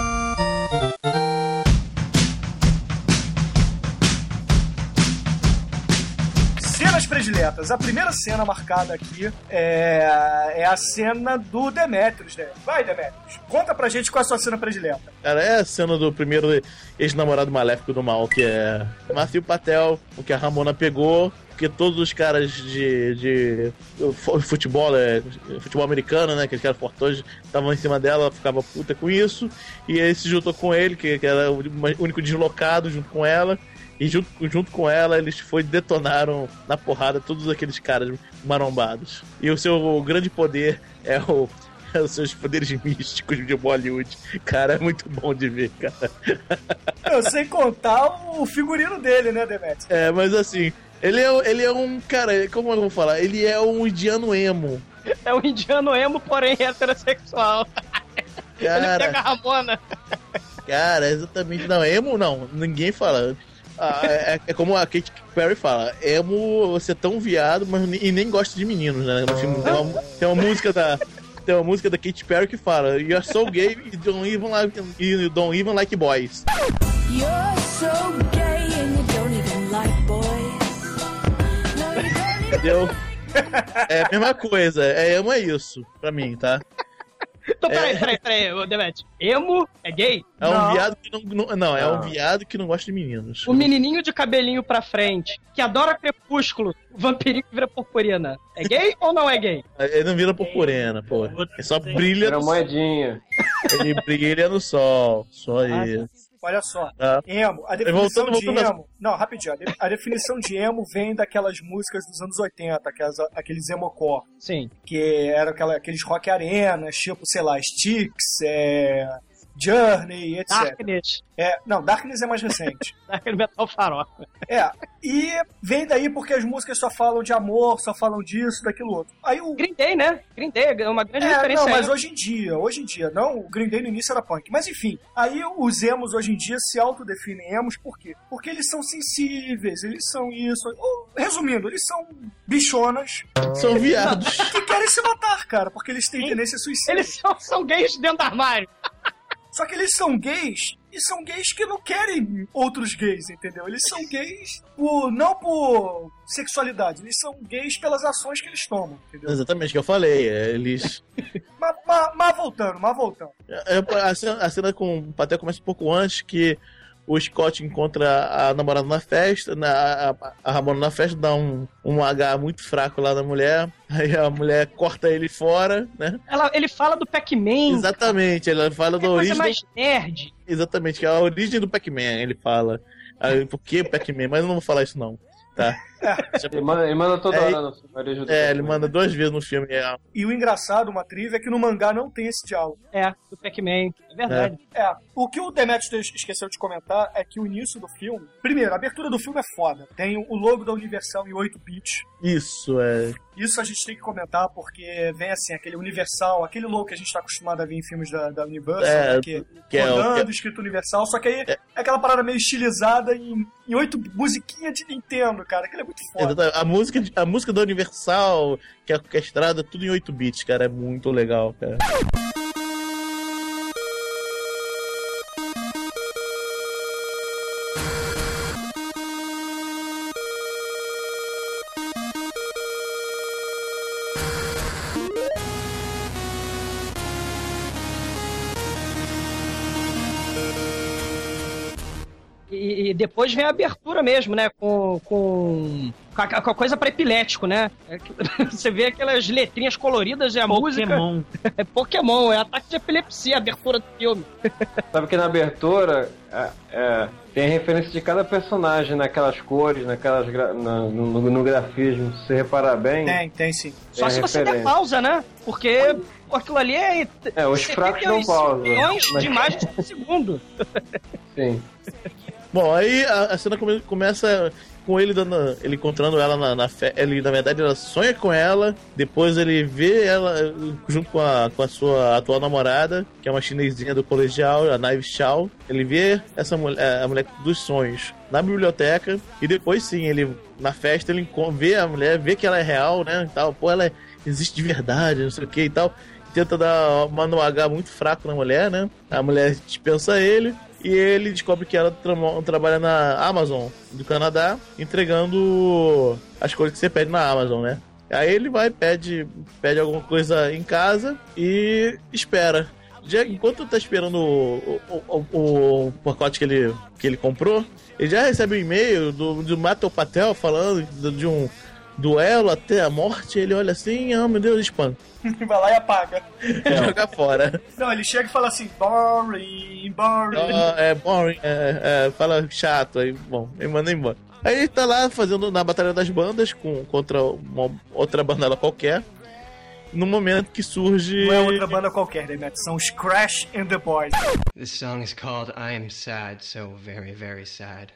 Cenas prediletas. A primeira cena marcada aqui é a cena do Demetrius, né? Vai, Demetrius, conta pra gente qual é a sua cena predileta. Cara, é a cena do primeiro ex-namorado maléfico do mal, que é Matthew Patel, o que a Ramona pegou, porque todos os caras de futebol, futebol americano, né, aqueles caras fortões, estavam em cima dela, ficava puta com isso, e aí se juntou com ele, que era o único deslocado junto com ela. E junto com ela, eles detonaram na porrada todos aqueles caras marombados. E o seu grande poder é os seus poderes místicos de Bollywood. Cara, é muito bom de ver, cara. Eu sei contar o figurino dele, né, Demetrius? Mas assim, ele é um cara, como eu vou falar? Ele é um indiano emo. É um indiano emo, porém heterossexual. Cara, ele pega a Ramona. Cara, exatamente. Não, emo não, ninguém fala. É como a Katy Perry fala, emo, você é tão viado, mas nem gosta de meninos, né? No filme, tem uma música da Katy Perry que fala You're so gay, you don't even like boys. You're so gay and you don't even like boys. Entendeu? É a mesma coisa, emo é isso, pra mim, tá? Então, peraí, Demet. Emo é gay? É um viado que não, é um viado que não gosta de meninos. O menininho de cabelinho pra frente, que adora crepúsculo, vampirinho que vira purpurina. É gay ou não é gay? Ele não vira purpurina, pô. Ele só brilha no sol. Moedinha. Ele brilha no sol. Só isso. Olha só, emo, a definição de emo... Não, rapidinho, a definição de emo vem daquelas músicas dos anos 80, aqueles emo-core. Sim. Que eram aqueles rock arenas, tipo, sei lá, Styx, Journey, etc. Darkness. Não, Darkness é mais recente. Darkness Metal Farofa. E vem daí porque as músicas só falam de amor, só falam disso, daquilo outro. Aí o Green Day, né? Green Day é uma grande referência. Não, mas hoje em dia, não, o Green Day no início era punk. Mas enfim, aí os emos hoje em dia se autodefinem emos por quê? Porque eles são sensíveis, eles são isso. Resumindo, eles são bichonas. São viados. Que querem se matar, cara, porque eles têm tendência suicida. Eles são gays dentro do armário. Só que eles são gays, e são gays que não querem outros gays, entendeu? Eles são gays não por sexualidade, eles são gays pelas ações que eles tomam, entendeu? Exatamente, que eu falei. Eles... mas voltando. A cena com o Patel começa um pouco antes, que o Scott encontra a namorada na festa, a Ramona na festa, dá um H muito fraco lá na mulher, aí a mulher corta ele fora, né? Ele fala do Pac-Man. Exatamente, ela fala da origem. Coisa mais nerd. Exatamente, que é a origem do Pac-Man, ele fala. Aí, por que Pac-Man? Mas eu não vou falar isso não, tá? Ele manda toda hora no filme. Ele manda 2 vezes no filme. E o engraçado, uma trivia, é que no mangá não tem esse diálogo. Do Pac-Man. É verdade. O que o Demetrius esqueceu de comentar é que o início do filme... Primeiro, a abertura do filme é foda. Tem o logo da Universal em 8 bits. Isso a gente tem que comentar, porque vem assim, aquele Universal, aquele logo que a gente tá acostumado a ver em filmes da Universal, rodando, escrito Universal, só que aí é aquela parada meio estilizada em 8 musiquinhas de Nintendo, cara, aquele é muito foda. A música da Universal, que é orquestrada, tudo em 8 bits, cara, é muito legal, cara. E depois vem a abertura mesmo, né? Com a coisa pra epilético, né? Você vê aquelas letrinhas coloridas e a Pokémon. música... É Pokémon, é ataque de epilepsia, a abertura do filme. Sabe que na abertura tem a referência de cada personagem naquelas cores, no grafismo. Se você reparar bem... Tem sim. Só se você der pausa, né? Porque aquilo ali os fracos não pausam. Milhões de imagens por segundo. Sim. Bom, aí a cena começa com ele encontrando ela na festa. Ele, na verdade, ela sonha com ela. Depois ele vê ela junto com a sua atual namorada, que é uma chinesinha do colegial, a Naive Chao. Ele vê essa mulher, a mulher dos sonhos, na biblioteca. E depois, sim, ele na festa, ele vê a mulher, vê que ela é real, né? E tal. Pô, ela existe de verdade, não sei o que e tal. Tenta manda um H muito fraco na mulher, né? A mulher dispensa ele. E ele descobre que ela trabalha na Amazon do Canadá, entregando as coisas que você pede na Amazon, né? Aí ele vai, pede alguma coisa em casa e espera. Enquanto tá esperando o pacote que ele comprou, ele já recebe um e-mail do Matthew Patel falando de um duelo até a morte. Ele olha assim, meu Deus, espanto. Vai lá e apaga. Joga fora. Não, ele chega e fala assim, boring. Boring. Fala chato. Aí, bom, ele manda embora. Aí ele tá lá fazendo na Batalha das Bandas contra uma outra banda qualquer. No momento que surge... Não é outra banda qualquer, né? São os Crash and the Boys. This song is called I Am Sad, So Very, Very Sad.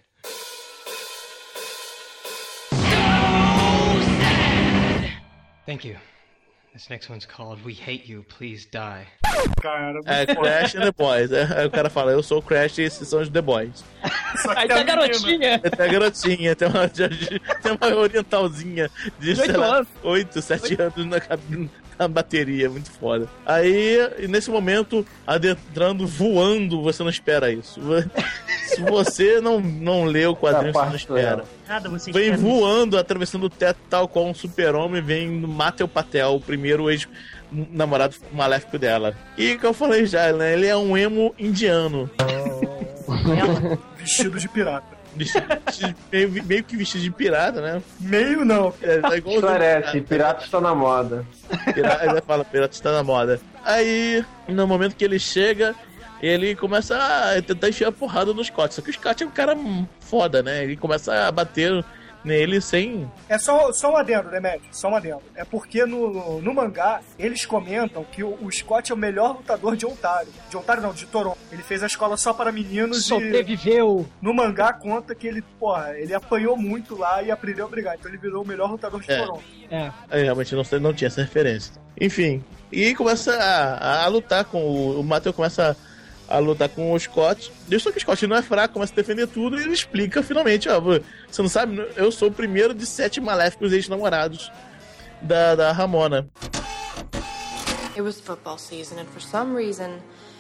Thank you. This next one's called We Hate You, Please Die. Cara, Crash and the Boys. Aí o cara fala, eu sou o Crash e esses são os The Boys. Aí tem a garotinha. Tem a garotinha, tem uma orientalzinha de 8, 7 anos na bateria, muito foda. Aí, nesse momento, adentrando, voando, você não espera isso. Se você não lê o quadrinho, você não espera. Vem voando, atravessando o teto, tal qual um super-homem, vem no Matthew Patel, o primeiro ex-namorado maléfico dela. E, como eu falei já, né, ele é um emo indiano. Vestido de pirata. Meio que vestido de pirata, né? Meio não. Tá igual Esclarece, pirata está na moda. Ele fala, pirata está na moda. Aí, no momento que ele chega, ele começa a tentar enfiar a porrada no Scott. Só que o Scott é um cara foda, né? Ele começa a bater nele sem... É só um adendo, né, Matt? Só um adendo. É porque no mangá, eles comentam que o Scott é o melhor lutador de Ontário. De Ontário não, de Toronto. Ele fez a escola só para meninos sobreviveu. No mangá conta que ele apanhou muito lá e aprendeu a brigar. Então ele virou o melhor lutador de Toronto. Realmente não tinha essa referência. Enfim, e começa a lutar com o Matthew começa a lutar com o Scott. Só que o Scott não é fraco, começa a defender tudo e ele explica finalmente, você não sabe, eu sou o primeiro de 7 maléficos ex-namorados da Ramona. It was football season and for some reason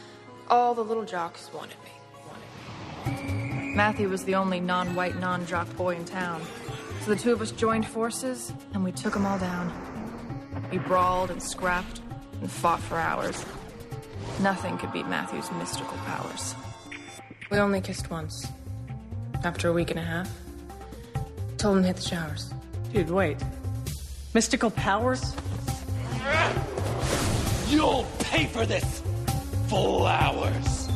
All the little jocks wanted me. Matthew was the only non-white, non-jock boy in town. So the two of us joined forces, and we took them all down. We brawled and scrapped and fought for hours. Nothing could beat Matthew's mystical powers. We only kissed once. After a week and a half. Told him to hit the showers. Dude, wait. Mystical powers? You'll pay for this! Flowers!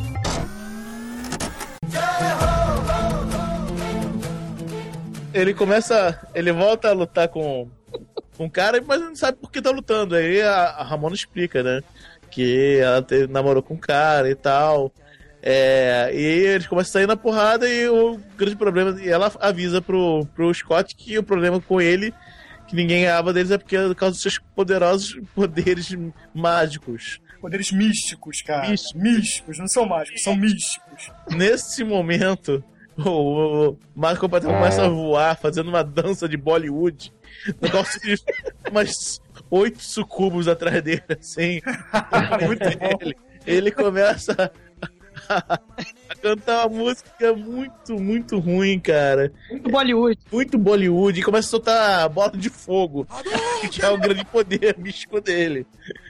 Ele volta a lutar com um cara, mas não sabe por que tá lutando. Aí a Ramona explica, né? Que ela namorou com um cara e tal. E aí eles começam a sair na porrada e o grande problema... E ela avisa pro Scott que o problema com ele, que ninguém ganhava deles, é por causa dos seus poderosos poderes mágicos. Poderes místicos, cara. Místicos, não são mágicos, são místicos. Nesse momento... O Marco Patel começa a voar, fazendo uma dança de Bollywood. Negócio de umas 8 sucubos atrás dele, assim. Muito ele. Ele começa a cantar uma música muito, muito ruim, cara. Muito Bollywood. Muito Bollywood. E começa a soltar bola de fogo, que é o grande poder místico dele.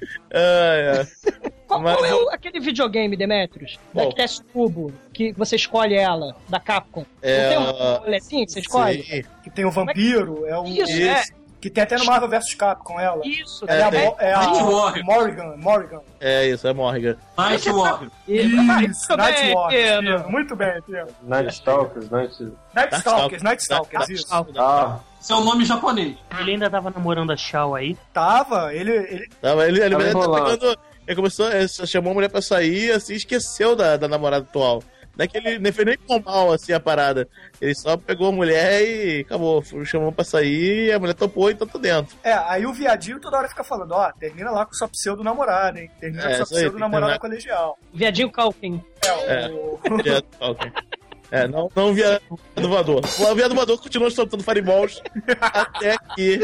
Qual é aquele videogame, Demetrius? Da Test Cubo, que você escolhe ela, da Capcom? Não tem um boletim que você escolhe? Sim. Que tem o vampiro, é o... Isso. Que tem até no Marvel vs Capcom ela. Isso. É a Morrigan. É isso, é Morrigan. Night Walker. Isso, Night Walker. Muito bem, Pedro. Night Stalkers, isso. Esse é o nome japonês. Ele ainda tava namorando a Shao aí? Tava, ele tá pegando... Ele começou, chamou a mulher pra sair, assim, esqueceu da namorada atual. Não é que ele nem fez nem com mal, assim, a parada. Ele só pegou a mulher e acabou. Chamou pra sair, a mulher topou e tá dentro. Aí o viadinho toda hora fica falando, termina lá com sua pseudo-namorada, hein? Termina com sua pseudo-namorada colegial. Viadinho Calkin. Viado Calkin. Não o viado voador. O viado voador continua soltando fireballs até que...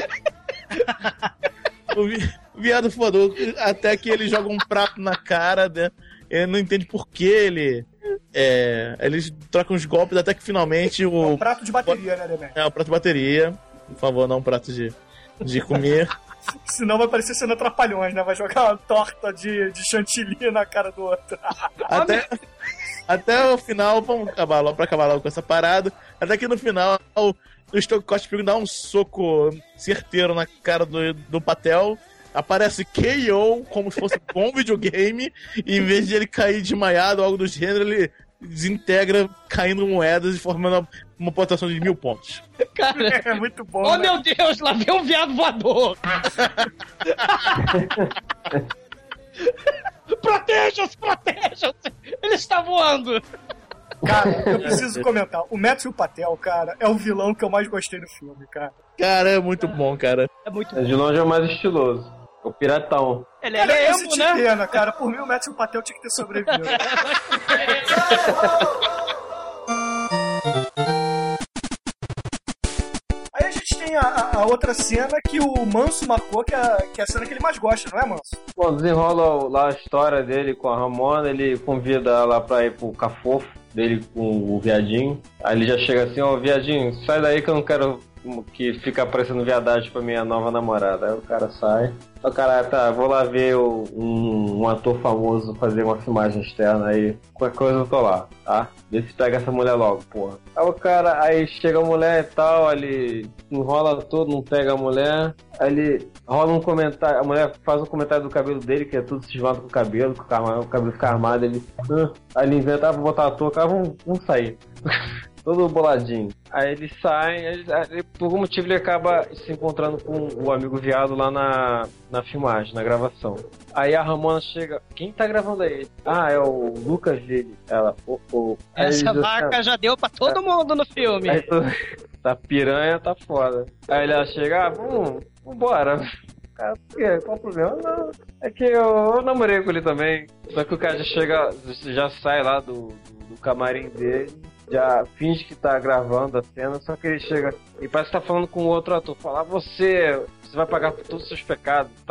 O viado voador, até que ele joga um prato na cara, né? Ele não entende por que ele... eles trocam os golpes até que finalmente o... É um prato de bateria, né, Demet? É um prato de bateria. Por favor, não um prato de comer. Senão vai parecer sendo Trapalhões, né? Vai jogar uma torta de chantilly na cara do outro. Até o final, vamos acabar logo com essa parada. Até que no final, o Scott Pilgrim dá um soco certeiro na cara do Patel. Aparece KO como se fosse um bom videogame. E em vez de ele cair desmaiado ou algo do gênero, ele desintegra caindo moedas e formando uma pontuação de 1000 pontos. Cara, é muito bom. Oh, né? Meu Deus, lá vem um viado voador. Protejam-se! Ele está voando! Cara, eu preciso comentar. O Matthew Patel, cara, é o vilão que eu mais gostei do filme, cara. Cara, é muito bom, cara. É muito bom. De longe é o mais estiloso. O piratão. Ele é emo, né? Pena, cara. Por mim, o Matthew Patel tinha que ter sobrevivido. Aí a gente tem a outra cena que o Manso marcou, que é a cena que ele mais gosta, não é, Manso? Bom, desenrola lá a história dele com a Ramona, ele convida ela pra ir pro cafofo dele com o viadinho. Aí ele já chega assim, viadinho, sai daí que eu não quero que fica aparecendo viadagem pra minha nova namorada. Aí o cara sai. O cara, vou lá ver um ator famoso fazer uma filmagem externa aí. Qualquer coisa eu tô lá, tá? Vê se pega essa mulher logo, porra. Aí chega a mulher e tal, ele enrola tudo, não pega a mulher. Aí ele rola um comentário, a mulher faz um comentário do cabelo dele, que é tudo cismado com o cabelo fica armado, ele... Aí ele inventa, vou botar a touca, vamos sair. Todo boladinho. Aí eles saem, por algum motivo ele acaba se encontrando com o amigo viado lá na filmagem, na gravação. Aí a Ramona chega, quem tá gravando aí? É o Lucas dele. Ela, Essa vaca já deu pra todo mundo no filme. Aí tá piranha, tá foda. Aí ela chega, vambora. Cara, por quê? Qual o problema? Não, é que eu namorei com ele também. Só que o cara já sai lá do camarim dele. Já finge que tá gravando a cena, só que ele chega e parece que tá falando com outro ator. Fala, você vai pagar por todos os seus pecados e tal.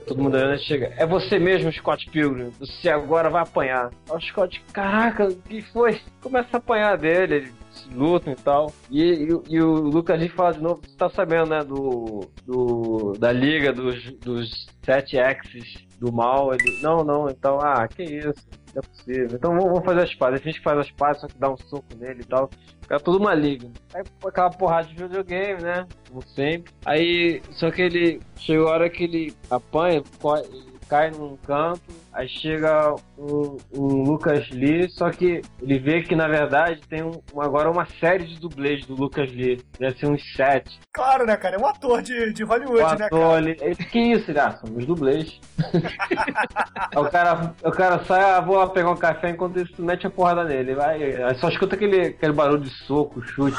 todo mundo olhando, chega, é você mesmo, Scott Pilgrim, você agora vai apanhar. Aí o Scott, caraca, o que foi? Começa a apanhar dele, ele lutam e tal. E o Lucas Lee fala de novo, você tá sabendo, né, da liga dos 7 Axes do mal. Ele, não, então, que isso, não é possível. Então vamos fazer as pazes. A gente faz as pazes, só que dá um soco nele e tal. Fica tudo uma liga. Aí aquela porrada de videogame, né, como sempre. Aí, só que ele, chega a hora que ele apanha, cai num canto, aí chega um Lucas Lee, só que ele vê que na verdade tem agora uma série de dublês do Lucas Lee, deve ser uns 7. Claro, né, cara? É um ator de Hollywood, né, cara? Ele, que isso? São os dublês. Aí o cara sai, vou lá pegar um café, enquanto isso mete a porrada nele. Aí só escuta aquele barulho de soco, chute.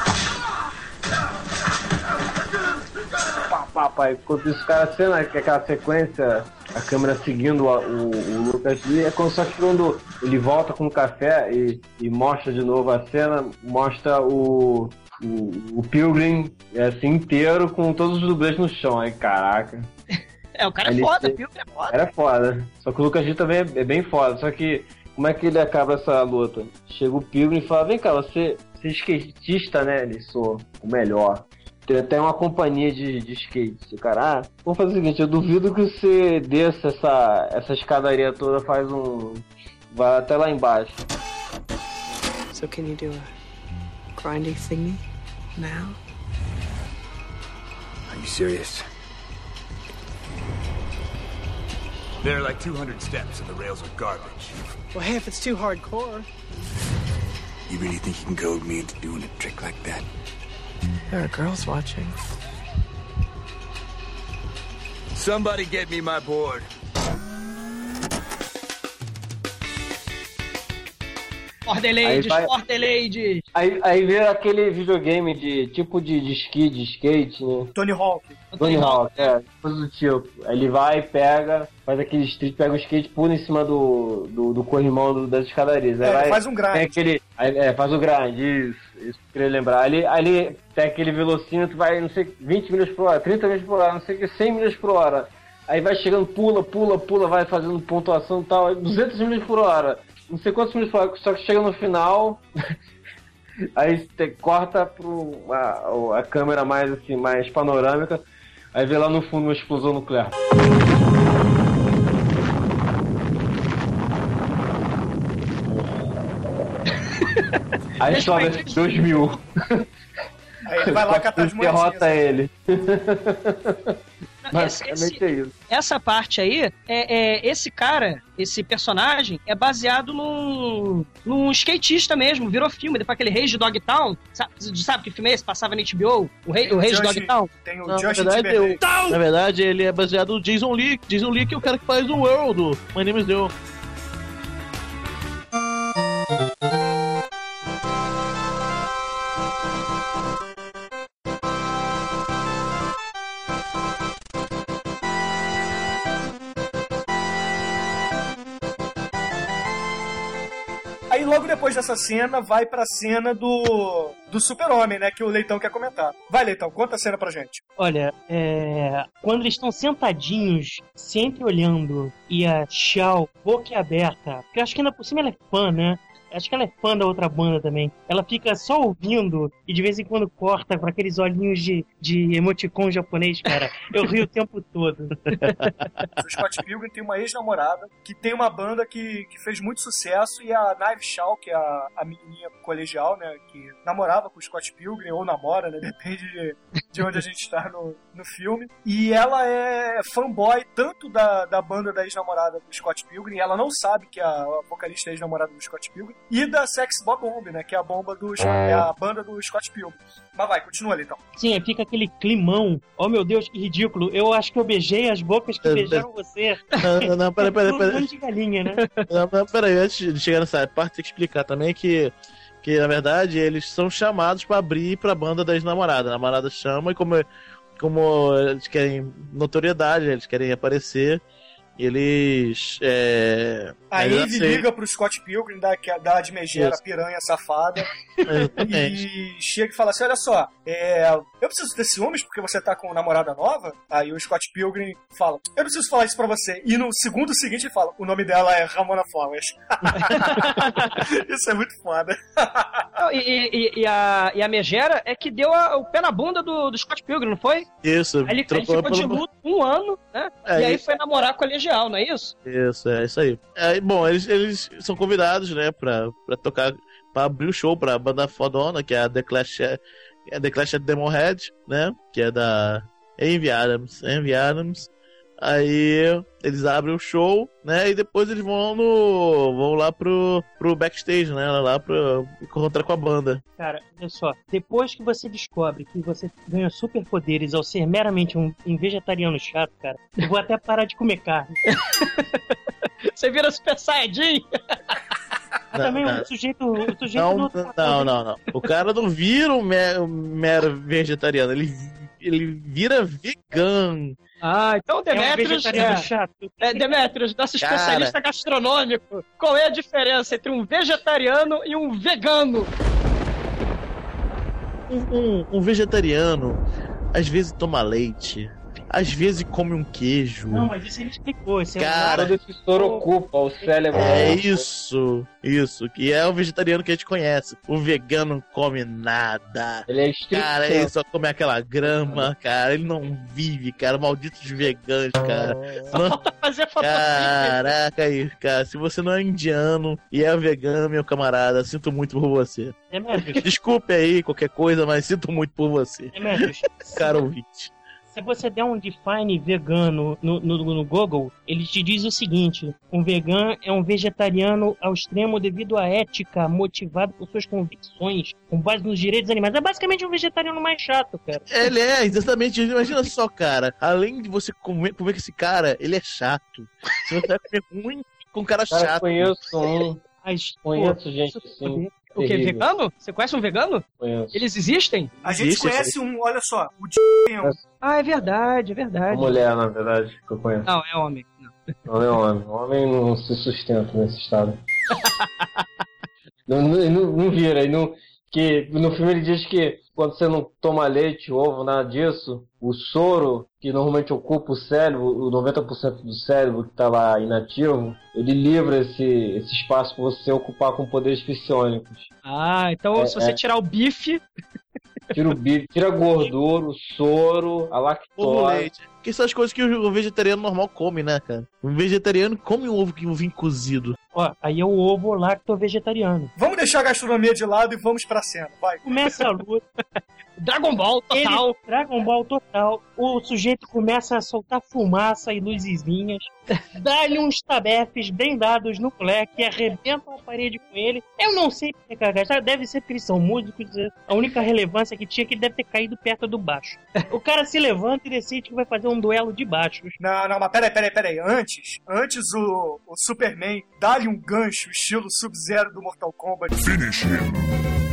Papai, enquanto isso, cara, aquela sequência, a câmera seguindo o Lucas Lee, só que quando ele volta com o café e mostra de novo a cena, mostra o Pilgrim assim inteiro com todos os dublês no chão. Aí, caraca. O cara é foda, o Pilgrim é foda. Era foda. Só que o Lucas Lee também é bem foda. Só que, como é que ele acaba essa luta? Chega o Pilgrim e fala, vem cá, você é skatista, né? Ele sou o melhor. Tem até uma companhia de skate. O cara, vamos fazer o seguinte, eu duvido que você desça essa escadaria toda, vai até lá embaixo. So can you do a grinding thingy now? Are you serious? There are like 200 steps and the rails are garbage. Well, hey, if it's too hardcore. You really think you can goad me into doing a trick like that? There are girls watching. Somebody get me my board. For the ladies! Aí vê aquele videogame de skate, né? Tony Hawk, coisa do tipo. Aí ele vai, pega, faz aquele street, pega o skate, pula em cima do corrimão das escadarias. Aí faz um grind. Faz o grind, isso que eu queria lembrar. Aí ele tem aquele velocímetro que vai, não sei, 20 milhas por hora, 30 milhas por hora, não sei o que, 100 milhas por hora. Aí vai chegando, pula, vai fazendo pontuação e tal, 200 milhas por hora. Não sei quantos milhas por hora, só que chega no final, aí corta a câmera mais panorâmica, aí vê lá no fundo uma explosão nuclear. Aí sobe 2000. Aí ele vai lá catar as moedinhas. Derrota ele. Basicamente é isso. Essa parte aí, esse personagem é baseado num skatista mesmo, virou filme, depois aquele Rei de Dogtown, sabe que filme é esse? Passava na HBO? O Rei de Dogtown? Tem o Justin Timberlake. Na verdade, ele é baseado no Jason Lee. Jason Lee que é o cara que faz o World, My Name is Dale. Aí logo depois dessa cena, vai pra cena do Super-Homem, né? Que o Leitão quer comentar. Vai, Leitão, conta a cena pra gente. Olha, quando eles estão sentadinhos, sempre olhando, e a Xiao, boca aberta, porque eu acho que ainda por cima ela é fã, né? Acho que ela é fã da outra banda também. Ela fica só ouvindo e de vez em quando corta com aqueles olhinhos de emoticon japonês, cara. Eu rio o tempo todo. O Scott Pilgrim tem uma ex-namorada que tem uma banda que fez muito sucesso, e a Naive Shaw, que é a menininha colegial, né, que namorava com o Scott Pilgrim, ou namora, né, depende de onde a gente está no filme. E ela é fanboy tanto da banda da ex-namorada do Scott Pilgrim, ela não sabe que a vocalista é ex-namorada do Scott Pilgrim, e da Sex Bomb, né? Que é a banda do Scott Pilgrim. Mas vai, continua ali então. Sim, fica aquele climão. Oh meu Deus, que ridículo. Eu acho que eu beijei as bocas que beijaram você. Não, peraí. Um monte de galinha, né? Não, peraí, antes de chegar nessa parte, tem que explicar também que na verdade eles são chamados pra abrir pra banda da ex-namorada. A namorada chama e como eles querem notoriedade, eles querem aparecer. eles... A Eve liga pro Scott Pilgrim, dá de megera, piranha safada, e chega e fala assim, olha só, eu preciso ter ciúmes porque você tá com uma namorada nova? Aí o Scott Pilgrim fala, eu não preciso falar isso pra você. E no segundo seguinte ele fala, o nome dela é Ramona Flowers. Isso é muito foda. E a megera é que deu o pé na bunda do Scott Pilgrim, não foi? Isso. Aí ele ficou de luto 1 ano, né? E aí foi namorar com a Legial, não é isso? Isso, é isso aí. Bom, eles são convidados, né, pra tocar, pra abrir o show pra banda fodona, que é a The Clash at Demonhead, né, que é da Envy Adams. Aí eles abrem o show, né, e depois eles vão lá pro backstage, né, lá pra encontrar com a banda. Cara, olha só, depois que você descobre que você ganha superpoderes ao ser meramente um vegetariano chato, cara, eu vou até parar de comer carne. Você vira Super Saiyajin? Também o sujeito não. O cara não vira um mero vegetariano, ele vira vegano. Ah, então Demetrius... É um vegetariano chato. Demetrius, nosso especialista gastronômico. Qual é a diferença entre um vegetariano e um vegano? Um vegetariano, às vezes toma leite, às vezes come um queijo. Não, mas isso ele explicou. Cara, esse soro ocupa o cérebro. É isso. Que é o vegetariano que a gente conhece. O vegano não come nada. Ele é estrito. Cara, ele só come aquela grama, cara. Ele não vive, cara. Malditos veganos, cara. Só falta fazer fotossíntese. Caraca aí, cara. Se você não é indiano e é vegano, meu camarada, sinto muito por você. Desculpe aí qualquer coisa, mas sinto muito por você. Cara ouvinte. Se você der um define vegano no Google, ele te diz o seguinte: um vegano é um vegetariano ao extremo devido à ética, motivado por suas convicções, com base nos direitos dos animais. É basicamente um vegetariano mais chato, cara. Ele é, exatamente. Imagina só, cara. Além de você comer com esse cara, ele é chato. Você vai comer muito com um cara chato. Conheço gente sim. O que? Vegano? Você conhece um vegano? Conheço. Eles existem? A gente conhece olha só, o Ah, é verdade. Uma mulher, na verdade, que eu conheço. Não, é homem. Não é homem. Homem não se sustenta nesse estado. não vira. Que no filme ele diz que quando você não toma leite, ovo, nada disso, o soro, que normalmente ocupa o cérebro, o 90% do cérebro que está lá inativo, ele livra esse espaço para você ocupar com poderes psionicos. Ah, então se você tirar o bife... Tira o bife, tira a gordura, o soro, a lactose. Leite. Que são as coisas que o vegetariano normal come, né, cara? O vegetariano come um ovo que vinho cozido. Ó, aí é o ovo lacto-vegetariano. Vamos deixar a gastronomia de lado e vamos pra cena, vai. Começa a luta. Dragon Ball total. Dragon Ball total. O sujeito começa a soltar fumaça e luzezinhas. Dá-lhe uns tabefes bem dados no moleque, arrebentam a parede com ele. Eu não sei porque, cara, deve ser porque eles são músicos. A única relevância que tinha é que ele deve ter caído perto do baixo. O cara se levanta e decide que vai fazer um duelo de baixos. Não, mas peraí. Antes o Superman dá-lhe um gancho estilo Sub-Zero do Mortal Kombat. Finish him.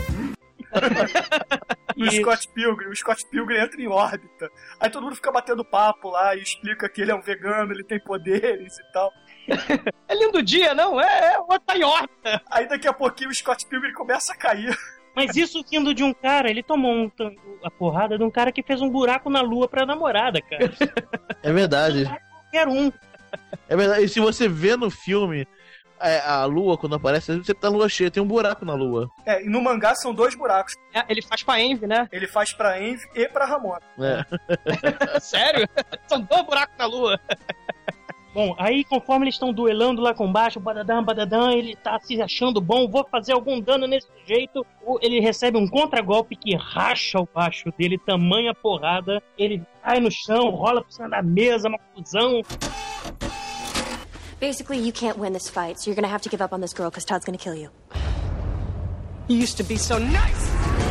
O Scott Pilgrim entra em órbita. Aí todo mundo fica batendo papo lá e explica que ele é um vegano, ele tem poderes e tal. É lindo o dia, não? Tá em órbita. Aí daqui a pouquinho o Scott Pilgrim começa a cair. Mas isso vindo de um cara, ele tomou a porrada de um cara que fez um buraco na lua pra namorada, cara. É verdade. Qualquer um. É verdade. E se você vê no filme, a lua, quando aparece, você tá na lua cheia, tem um buraco na lua. E no mangá são 2 buracos. Ele faz pra Envy, né? Ele faz pra Envy e pra Ramona. Sério? São 2 buracos na lua. Bom, aí conforme eles estão duelando lá com baixo, badadam, ele tá se achando bom, vou fazer algum dano nesse jeito. Ele recebe um contragolpe que racha o baixo dele, tamanha porrada. Ele cai no chão, rola por cima da mesa, uma confusão. Basically, you can't win this fight, so you're gonna have to give up on this girl because Todd's gonna kill you. You used to be so nice!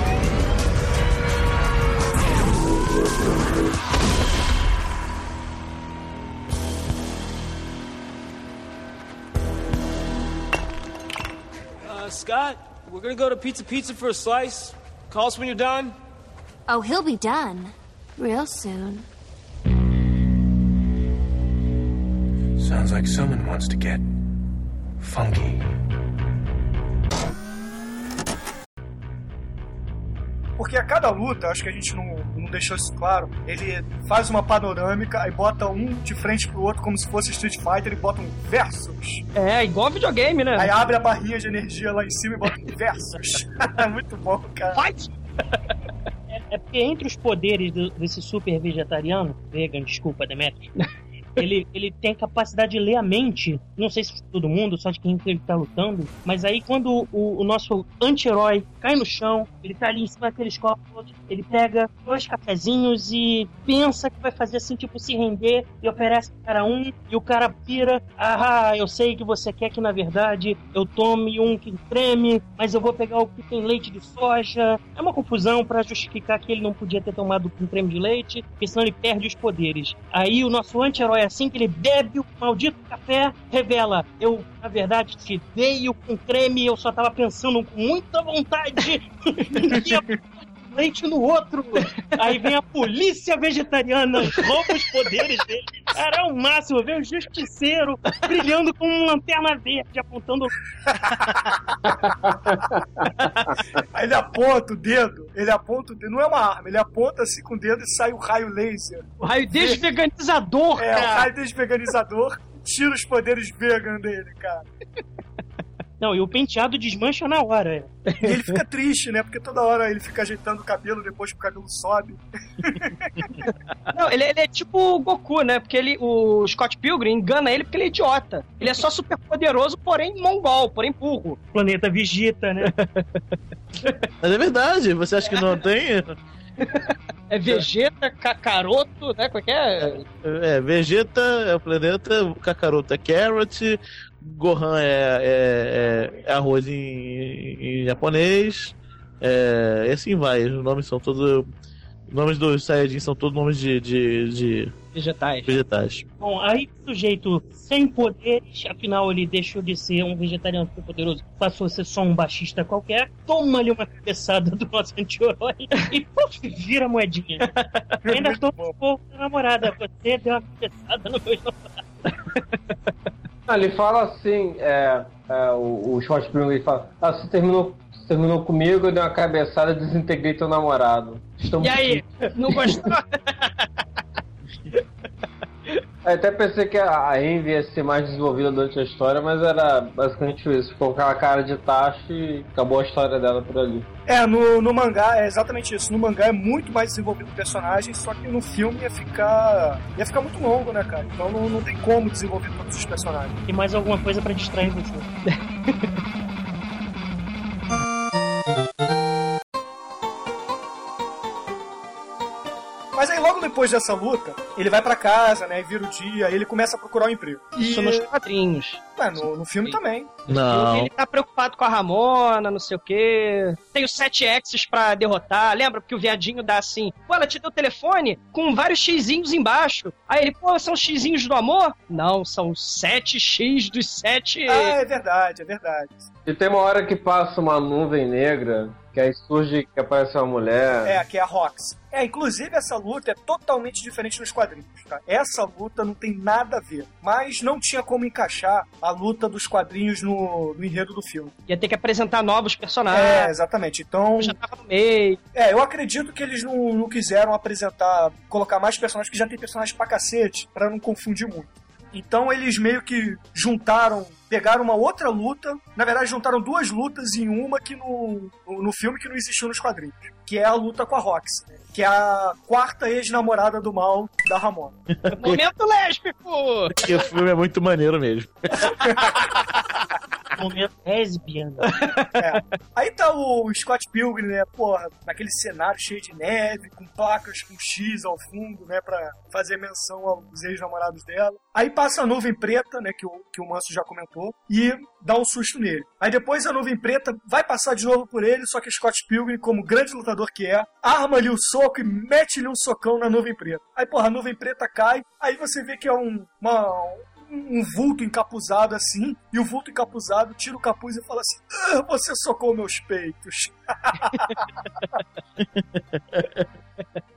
Scott, we're gonna go to Pizza for a slice. Call us when you're done. Oh, he'll be done real soon. Sounds like someone wants to get funky. Porque a cada luta, acho que a gente não deixou isso claro, ele faz uma panorâmica, aí bota um de frente pro outro como se fosse Street Fighter e bota um versus. É, igual videogame, né? Aí abre a barrinha de energia lá em cima e bota um versus. É muito bom, cara. Fight! É porque entre os poderes desse super vegetariano, vegan, desculpa, Demetrio, ele tem a capacidade de ler a mente, não sei se de todo mundo, só de quem ele tá lutando, mas aí quando o nosso anti-herói cai no chão, ele tá ali em cima daqueles copos, ele pega 2 cafezinhos e pensa que vai fazer assim, tipo, se render, e oferece pro cara um, e o cara pira, eu sei que você quer que na verdade eu tome um que treme, mas eu vou pegar o que tem leite de soja. É uma confusão pra justificar que ele não podia ter tomado um creme de leite, porque senão ele perde os poderes. Aí o nosso anti-herói, assim que ele bebe o maldito café, revela: eu, na verdade, te veio com creme, eu só tava pensando com muita vontade leite no outro. Aí vem a polícia vegetariana, rouba os poderes dele. Cara, é o máximo, vem o justiceiro brilhando com uma lanterna verde, apontando. Aí ele aponta o dedo, não é uma arma, ele aponta assim com o dedo e sai o raio laser. O raio desveganizador, cara. O raio desveganizador tira os poderes vegan dele, cara. Não, e o penteado desmancha na hora. E ele fica triste, né? Porque toda hora ele fica ajeitando o cabelo depois que o cabelo sobe. Não, ele é tipo o Goku, né? Porque o Scott Pilgrim engana ele porque ele é idiota. Ele é só super poderoso, porém mongol, porém burro. Planeta Vegeta, né? Mas é verdade, você acha que não tem? É Vegeta, Kakaroto, né? Como é? Vegeta é o planeta, o Kakaroto é Carrot, Gohan é arroz em japonês, e assim vai. Os nomes são todos. Os nomes dos Saiyajins são todos nomes de vegetais. Bom, aí o sujeito sem poderes, afinal ele deixou de ser um vegetariano super poderoso, passou a ser só um baixista qualquer, toma-lhe uma cabeçada do nosso anti-herói e puf, vira a moedinha. Eu ainda estou com um pouco da namorada, você deu uma cabeçada no meu namorado. Ele fala assim, o Scott Pilgrim fala: você terminou comigo, eu dei uma cabeçada e desintegrei teu namorado. E aí, não gostou? Eu até pensei que a Envy ia ser mais desenvolvida durante a história, mas era basicamente isso. Ficou com aquela cara de tacho e acabou a história dela por ali. No mangá é exatamente isso. No mangá é muito mais desenvolvido o personagem, só que no filme ia ficar muito longo, né, cara? Então não tem como desenvolver todos os personagens. Tem mais alguma coisa pra distrair você? Mas aí logo depois dessa luta, ele vai pra casa, né, e vira o dia, aí ele começa a procurar um emprego. Isso nos quadrinhos. No filme também. Não. Ele tá preocupado com a Ramona, não sei o quê. Tem os 7 X's pra derrotar. Lembra? Porque o viadinho dá assim: pô, ela te deu o telefone com vários xizinhos embaixo. Aí ele: pô, são xizinhos do amor? Não, são 7x dos 7. É verdade. E tem uma hora que passa uma nuvem negra, que aí surge, que aparece uma mulher. Que é a Roxy. Inclusive essa luta é totalmente diferente nos quadrinhos, tá? Essa luta não tem nada a ver. Mas não tinha como encaixar a luta dos quadrinhos no enredo do filme. Ia ter que apresentar novos personagens. Exatamente. Então... já tava no meio. Eu acredito que eles não quiseram colocar mais personagens, que já tem personagens pra cacete, pra não confundir muito. Então eles meio que pegaram uma outra luta, na verdade juntaram 2 lutas em uma que no filme que não existiu nos quadrinhos, que é a luta com a Roxy, que é a 4ª ex-namorada do mal da Ramona. Momento lésbico! Porque o filme é muito maneiro mesmo. Momento lesbiano. Aí tá o Scott Pilgrim, né, porra, naquele cenário cheio de neve, com placas com X ao fundo, né, pra fazer menção aos ex-namorados dela. Aí passa a nuvem preta, né, que o Manso já comentou, e dá um susto nele. Aí depois a nuvem preta vai passar de novo por ele, só que Scott Pilgrim, como grande lutador que é, arma-lhe o soco e mete-lhe um socão na nuvem preta. Aí, porra, a nuvem preta cai, aí você vê que é um vulto encapuzado assim, e o vulto encapuzado tira o capuz e fala assim: você socou meus peitos.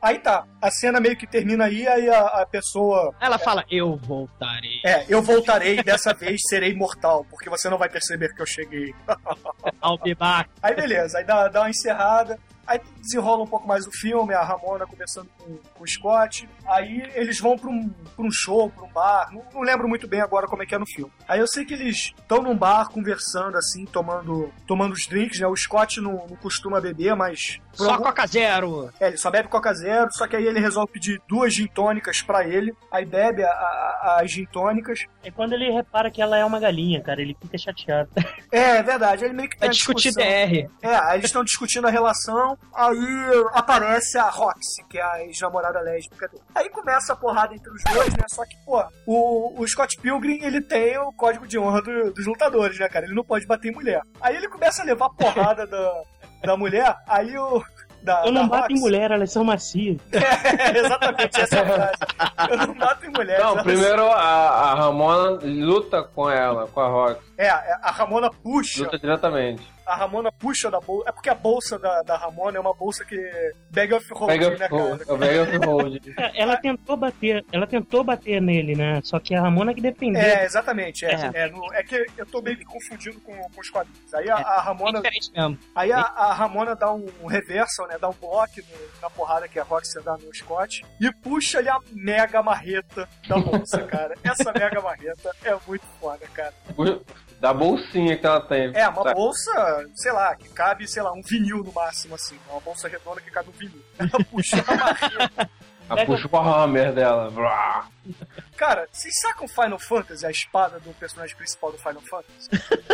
Aí tá, a cena meio que termina aí a pessoa... Ela fala, eu voltarei. Eu voltarei, dessa vez serei imortal, porque você não vai perceber que eu cheguei. I'll be back. Aí beleza, aí dá uma encerrada. Aí desenrola um pouco mais o filme, a Ramona conversando com o Scott. Aí eles vão pra um show, pra um bar. Não lembro muito bem agora como é que é no filme. Aí eu sei que eles estão num bar conversando, assim, tomando os drinks, né? O Scott não costuma beber, mas... Só Coca Zero. Ele só bebe Coca Zero, só que aí ele resolve pedir 2 gin tônicas pra ele. Aí bebe as gin tônicas. É quando ele repara que ela é uma galinha, cara, ele fica chateado. É verdade, ele meio que vai discutir DR. Aí eles estão discutindo a relação, aí aparece a Roxy, que é a ex-namorada lésbica dele. Aí começa a porrada entre os dois, né? Só que, pô, o Scott Pilgrim, ele tem o código de honra dos lutadores, né, cara? Ele não pode bater em mulher. Aí ele começa a levar porrada da mulher, aí o... Eu não bato em mulher, elas são macias. Exatamente, essa é a frase. Eu não bato em mulher. Não, primeiro a Ramona luta com ela, com a Roxy. A Ramona puxa. Luta diretamente. A Ramona puxa da bolsa. É porque a bolsa da Ramona é uma bolsa que... Bag of holding, né, cara? Bag of holding. Ela tentou bater nele, né? Só que a Ramona que defendeu. Exatamente. É que eu tô meio que confundindo com os quadrinhos. Aí a Ramona... É diferente mesmo. Aí a Ramona dá um reversal, né? Dá um bloco na porrada que a Roxy dá no Scott. E puxa-lhe a mega marreta da bolsa, cara. Essa mega marreta é muito foda, cara. Da bolsinha que ela tem. Uma bolsa, sei lá, que cabe, sei lá, um vinil no máximo, assim. Uma bolsa redonda que cabe um vinil. Ela puxa a marreta. Ela puxa o hammer dela. Cara, vocês sacam Final Fantasy, a espada do personagem principal do Final Fantasy?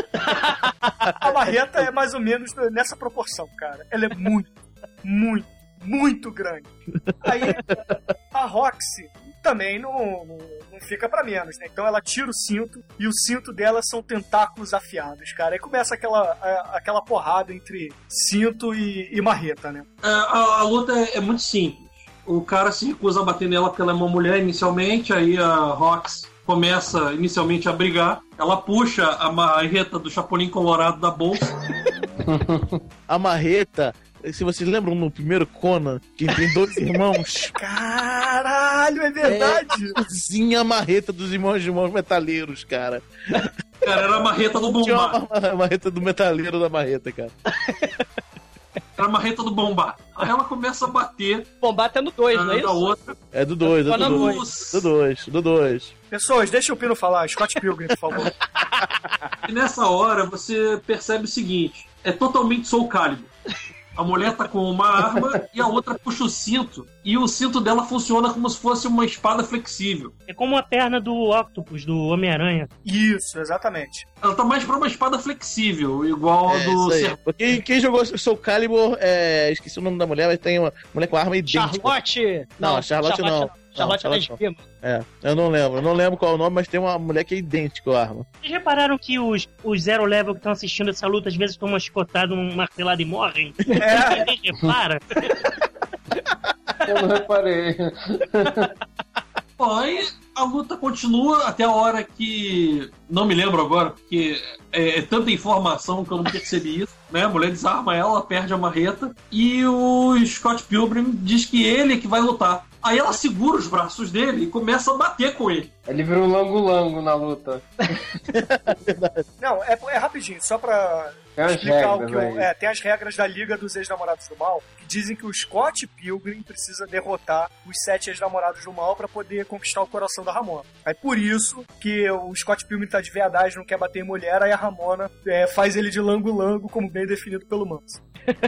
A marreta é mais ou menos nessa proporção, cara. Ela é muito, muito, muito grande. Aí, a Roxy também não fica pra menos, né? Então ela tira o cinto e o cinto dela são tentáculos afiados, cara. Aí começa aquela porrada entre cinto e marreta, né? A luta é muito simples. O cara se recusa a bater nela porque ela é uma mulher inicialmente, aí a Roxy começa inicialmente a brigar. Ela puxa a marreta do Chapolin Colorado da bolsa. A marreta... Se vocês lembram no primeiro Conan, que tem 2 irmãos. Caralho, é verdade! Sim, a marreta dos irmãos metaleiros, cara. Cara, era a marreta do Bombá. A marreta do metaleiro da marreta, cara. Era a marreta do Bombá. Aí ela começa a bater. Bombá tá no 2, não é isso? Outra. É do 2, do 2. Pessoas, deixa o Pino falar. Scott Pilgrim, por favor. E nessa hora você percebe o seguinte: é totalmente Soul Calibur. A mulher tá com uma arma e a outra puxa o cinto. E o cinto dela funciona como se fosse uma espada flexível. É como a perna do Octopus, do Homem-Aranha. Isso, exatamente. Ela tá mais pra uma espada flexível, igual a do... Quem jogou Soul Calibur, esqueci o nome da mulher, mas tem uma mulher com arma idêntica. Charlotte! Não, a Charlotte não. Charlotte é eu não lembro qual é o nome, mas tem uma mulher que é idêntica à arma. Vocês repararam que os Zero Level que estão assistindo essa luta às vezes tomam chicotada, um martelado e morrem? Ninguém repara? Eu não reparei. Bom, aí a luta continua até a hora que... Não me lembro agora, porque é tanta informação que eu não percebi isso. Né? A mulher desarma ela perde a marreta. E o Scott Pilgrim diz que ele é que vai lutar. Aí ela segura os braços dele e começa a bater com ele. Ele vira um lango-lango na luta. Não, é rapidinho, só pra explicar o que tem as regras da Liga dos Ex-Namorados do Mal, que dizem que o Scott Pilgrim precisa derrotar os 7 ex-namorados do mal pra poder conquistar o coração da Ramona. Aí por isso que o Scott Pilgrim tá de verdade, não quer bater em mulher, aí a Ramona faz ele de lango-lango, como bem definido pelo Manso.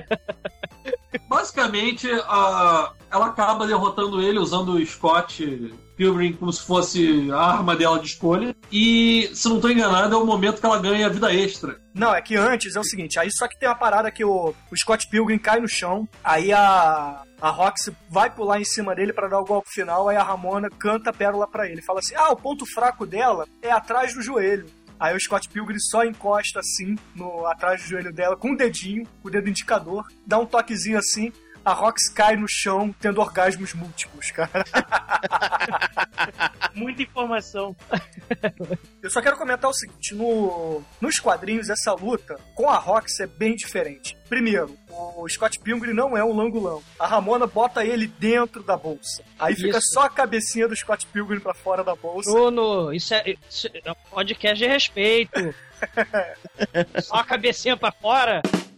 Basicamente, ela acaba derrotando ele usando o Scott Pilgrim como se fosse a arma dela de escolha. E, se não tô enganado, é o momento que ela ganha a vida extra. Não, é que antes é o seguinte, aí só que tem uma parada que o Scott Pilgrim cai no chão, aí a Roxy vai pular em cima dele pra dar o golpe final, aí a Ramona canta a pérola pra ele. Fala assim, o ponto fraco dela é atrás do joelho. Aí o Scott Pilgrim só encosta assim, atrás do joelho dela, com o dedinho, o dedo indicador, dá um toquezinho assim, a Rox cai no chão tendo orgasmos múltiplos, cara. Muita informação. Eu só quero comentar o seguinte, nos quadrinhos essa luta com a Rox é bem diferente. Primeiro, o Scott Pilgrim não é um langolão. A Ramona bota ele dentro da bolsa. Aí fica só a cabecinha do Scott Pilgrim pra fora da bolsa. Bruno, isso é podcast de respeito. Só a cabecinha pra fora.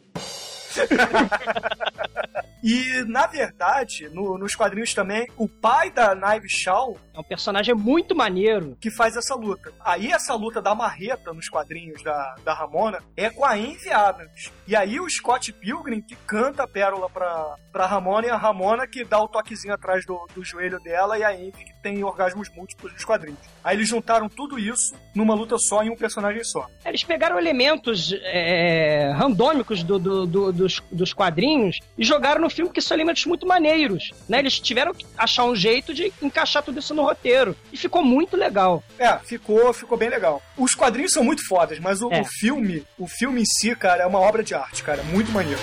E, na verdade, nos quadrinhos também, o pai da Knives Shaw é um personagem muito maneiro que faz essa luta. Aí essa luta da marreta nos quadrinhos da Ramona é com a Envy Adams. E aí o Scott Pilgrim que canta a pérola pra Ramona, e a Ramona que dá o toquezinho atrás do joelho dela, e a Envy que tem orgasmos múltiplos nos quadrinhos. Aí eles juntaram tudo isso numa luta só, em um personagem só. Eles pegaram elementos randômicos dos quadrinhos e jogaram no filme, que são elementos muito maneiros, né? Eles tiveram que achar um jeito de encaixar tudo isso no roteiro. E ficou muito legal. Ficou bem legal. Os quadrinhos são muito fodas, mas o filme em si, cara, é uma obra de arte, cara. Muito maneiro.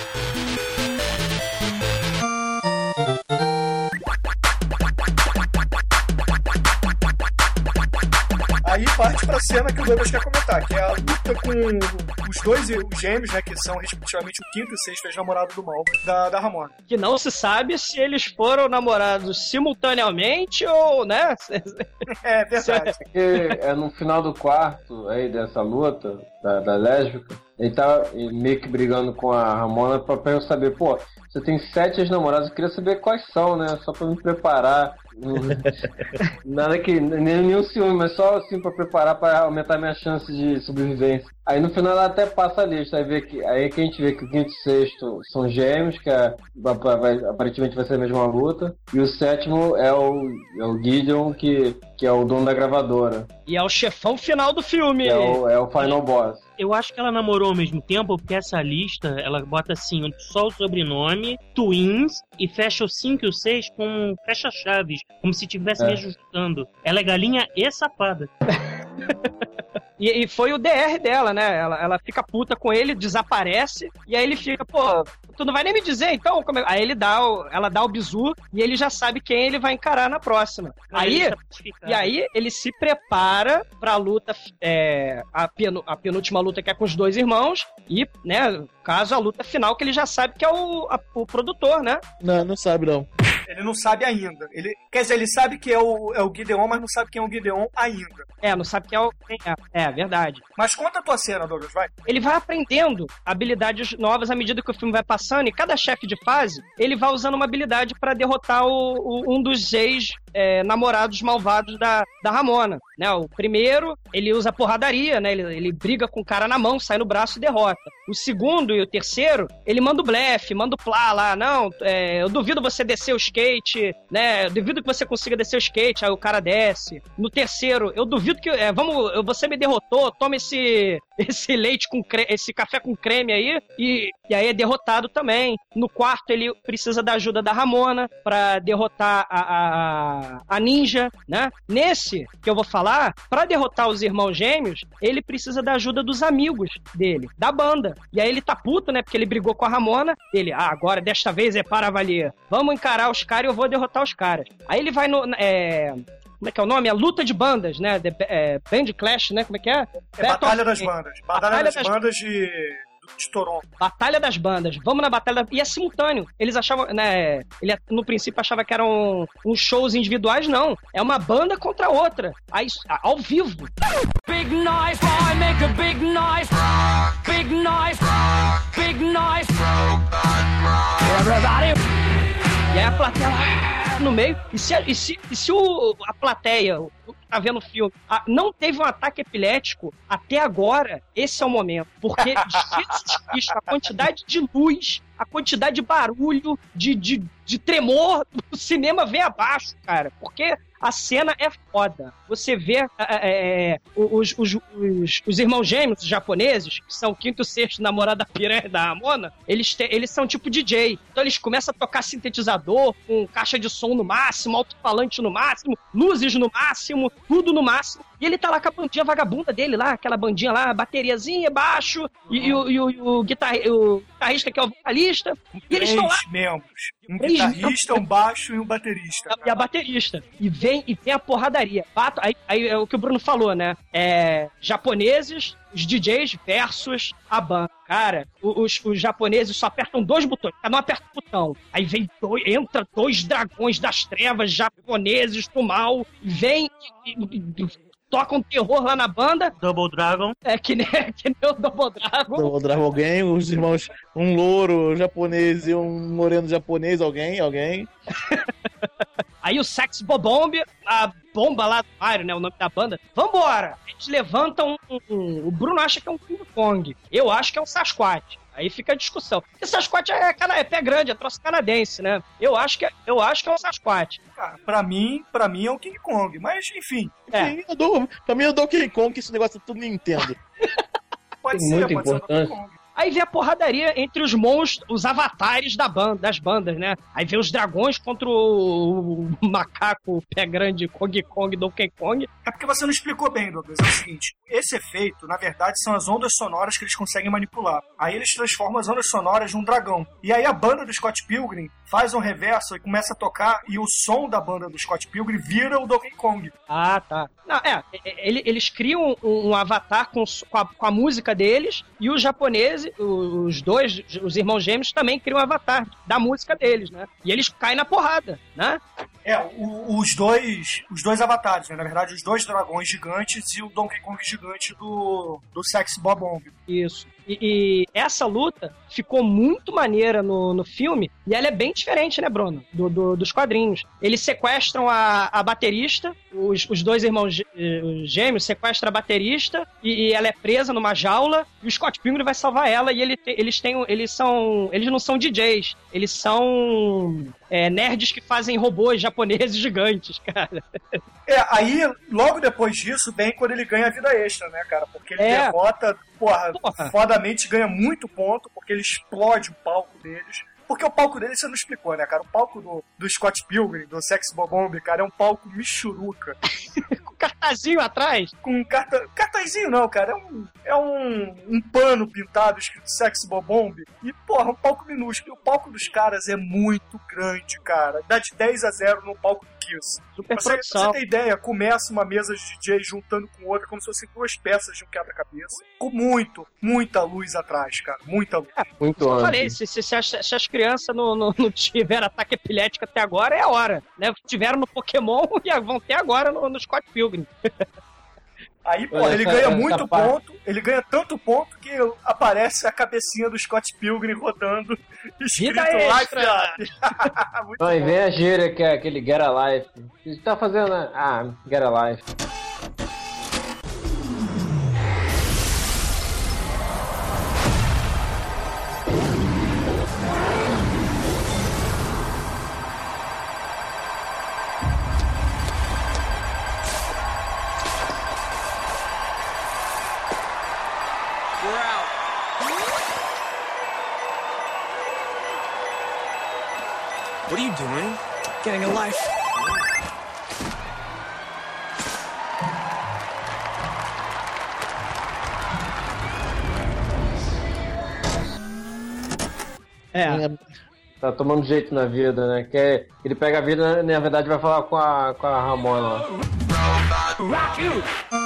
Aí parte pra cena que o Douglas quer comentar, que é a luta com os dois gêmeos, né, que são respectivamente o quinto e o sexto ex-namorado do mal, da Ramona. Que não se sabe se eles foram namorados simultaneamente ou, né? É verdade. É no final do quarto aí dessa luta, da lésbica, ele tá meio que brigando com a Ramona pra eu saber, pô, você tem 7 ex-namorados, eu queria saber quais são, né? Só pra me preparar. Nada que. Nenhum ciúme, mas só assim pra preparar pra aumentar minha chance de sobrevivência. Aí no final ela até passa a lista. Aí que a gente vê que o quinto e o sexto são gêmeos, que aparentemente vai ser a mesma luta. E o sétimo é o Gideon, que é o dono da gravadora. E é o chefão final do filme. É o final boss. Eu acho que ela namorou ao mesmo tempo, porque essa lista, ela bota assim, só o sobrenome, twins, e fecha o 5 e o 6 com fecha-chaves, como se estivesse me ajustando. Ela é galinha e safada. E foi o DR dela, né? Ela fica puta com ele, desaparece, e aí ele fica, pô, tu não vai nem me dizer, então? Como é? Aí ela dá o bizu, e ele já sabe quem ele vai encarar na próxima. E aí ele se prepara pra luta, a penúltima luta que é com os dois irmãos, e, né, caso a luta final, que ele já sabe que é o produtor, né? Não sabe não. Ele não sabe ainda. Quer dizer, ele sabe que é o Gideon, mas não sabe quem é o Gideon ainda. Não sabe quem é verdade. Mas conta a tua cena, Douglas, vai. Ele vai aprendendo habilidades novas à medida que o filme vai passando, e cada chefe de fase, ele vai usando uma habilidade pra derrotar um dos namorados malvados da Ramona, né? O primeiro, ele usa porradaria, né? Ele briga com o cara na mão, sai no braço e derrota. O segundo e o terceiro, ele manda o blefe, manda o plá lá, não, eu duvido você descer o skate, né? Eu duvido que você consiga descer o skate, aí o cara desce. No terceiro, eu duvido que, você me derrotou, toma esse leite com esse café com creme aí, e aí é derrotado também. No quarto, ele precisa da ajuda da Ramona pra derrotar a ninja, né? Nesse que eu vou falar, pra derrotar os irmãos gêmeos, ele precisa da ajuda dos amigos dele, da banda. E aí ele tá puto, né? Porque ele brigou com a Ramona. Ele, agora desta vez é para valer. Vamos encarar os caras e eu vou derrotar os caras. Aí ele vai como é que é o nome? A luta de bandas, né? Band Clash, né? Como é que é? Batalha das Bandas. Batalha das Bandas de Toronto. Batalha das Bandas. Vamos na Batalha E é simultâneo. Eles achavam, né? Ele no princípio achava que eram uns shows individuais, não. É uma banda contra outra. Aí, ao vivo. Big knife, I make a big knife. Big knife, big knife. Everybody. E aí a plateia no meio. E se a plateia tá vendo o filme não teve um ataque epilético até agora, esse é o momento. Porque a quantidade de luz, a quantidade de barulho, de tremor do cinema vem abaixo, cara. Porque a cena é foda. Você vê os irmãos gêmeos japoneses, que são o quinto e o sexto namorado da piranha da Ramona, eles são tipo DJ. Então eles começam a tocar sintetizador, com caixa de som no máximo, alto-falante no máximo, luzes no máximo, tudo no máximo. E ele tá lá com a bandinha vagabunda dele lá, aquela bandinha lá, bateriazinha, baixo, e o guitarrista que é o vocalista. E eles estão lá. Membros. Um guitarrista, um baixo e um baterista. E a baterista. E vem a porradaria. Aí é o que o Bruno falou, né? Japoneses, os DJs versus a banda. Cara, os japoneses só apertam 2 botões, cada um aperta o botão. Aí entra 2 dragões das trevas japoneses do mal, vem e tocam terror lá na banda. Double Dragon. Que nem o Double Dragon. Double Dragon alguém, os irmãos, um louro japonês e um moreno japonês, alguém. Aí o Sex Bomb, a bomba lá do Mario, né, o nome da banda, vambora! Eles levantam o Bruno acha que é um King Kong, eu acho que é um Sasquatch. Aí fica a discussão. Porque Sasquatch é pé grande, é troço canadense, né? Eu acho que é um Sasquatch. Cara, pra mim é um King Kong, mas enfim. Pra mim eu dou King Kong, que esse negócio é tudo Nintendo. Pode ser um King Kong. Aí vem a porradaria entre os monstros, os avatares das bandas, né? Aí vem os dragões contra o macaco pé grande Kong Kong, Donkey Kong. É porque você não explicou bem, Douglas. É o seguinte, esse efeito, na verdade, são as ondas sonoras que eles conseguem manipular. Aí eles transformam as ondas sonoras num dragão. E aí a banda do Scott Pilgrim faz um reverso e começa a tocar, e o som da banda do Scott Pilgrim vira o Donkey Kong. Ah, tá. Não, eles criam um avatar com a música deles, e os japoneses, os irmãos gêmeos, também criam um avatar da música deles, né? E eles caem na porrada, né? Os dois avatares, né? Na verdade, os 2 dragões gigantes e o Donkey Kong gigante do Sex Bomb. Isso. E essa luta ficou muito maneira no filme, e ela é bem diferente, né, Bruno? Dos quadrinhos. Eles sequestram a baterista, os 2 irmãos gêmeos sequestram a baterista, e ela é presa numa jaula, e o Scott Pilgrim vai salvar ela, e eles não são DJs, eles são nerds que fazem robôs japoneses gigantes, cara. Aí, logo depois disso, vem quando ele ganha a vida extra, né, cara? Porque ele derrota, fodamente ganha muito ponto, porque ele explode o palco deles. Porque o palco dele você não explicou, né, cara? O palco do Scott Pilgrim, do Sex Bomb, cara, é um palco michuruca. Com cartazinho atrás? Com cartazinho não, cara. É um pano pintado escrito Sex Bomb. E, porra, um palco minúsculo. E o palco dos caras é muito grande, cara. Dá de 10-0 no palco do Kiss. Super pra você ter ideia, começa uma mesa de DJ juntando com outra, como se fossem 2 peças de um quebra-cabeça. Com muita luz atrás, cara. Muita luz. Muito eu falei, se as crianças não tiveram ataque epilético até agora, é a hora. Né? Tiveram no Pokémon e vão ter agora no Scott Pilgrim. Aí, pô, ele ganha muito ponto, ele ganha tanto ponto que aparece a cabecinha do Scott Pilgrim rodando, escrito Life Up. Aí vem a gíria que é aquele Get a Life. O que você tá fazendo, né? Get a Life. What are you doing? Getting a life. Tá tomando jeito na vida, né? Que ele pega a vida, na verdade vai falar com a Ramona lá. Rock you!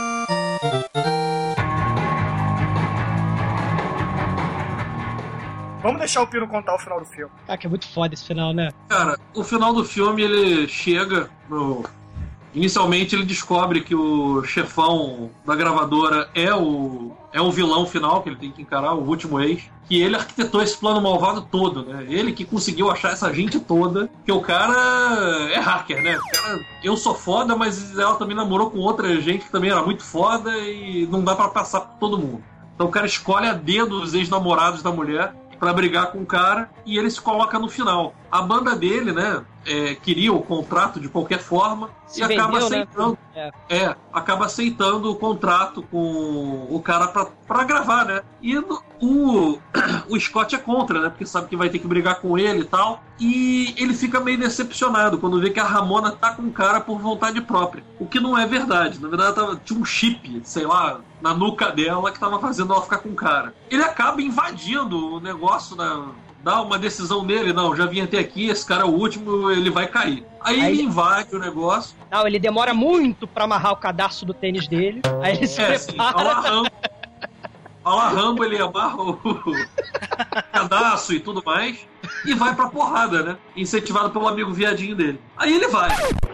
Vamos deixar o Pino contar o final do filme. Que é muito foda esse final, né? Cara, o final do filme, ele chega Inicialmente ele descobre que o chefão da gravadora é o vilão final, que ele tem que encarar, o último ex. Que ele arquitetou esse plano malvado todo, né? Ele que conseguiu achar essa gente toda. Que o cara é hacker, né? O cara, eu sou foda, mas ela também namorou com outra gente que também era muito foda e não dá pra passar por todo mundo. Então o cara escolhe a dedo os ex-namorados da mulher pra brigar com o cara e ele se coloca no final. a banda dele, né, queria o contrato de qualquer forma e acaba aceitando. Né? Acaba aceitando o contrato com o cara pra gravar, né? E o Scott é contra, né? Porque sabe que vai ter que brigar com ele e tal. E ele fica meio decepcionado quando vê que a Ramona tá com o cara por vontade própria. O que não é verdade. Na verdade, tinha um chip, sei lá, na nuca dela que tava fazendo ela ficar com o cara. Ele acaba invadindo o negócio, dá uma decisão nele, não, já vim até aqui, esse cara é o último, ele vai cair. Aí ele invade o negócio. Não, ele demora muito pra amarrar o cadarço do tênis dele. Aí ele se prepara. Ao Rambo, ele amarra o cadastro e tudo mais e vai pra porrada, né? Incentivado pelo amigo viadinho dele. Aí ele vai.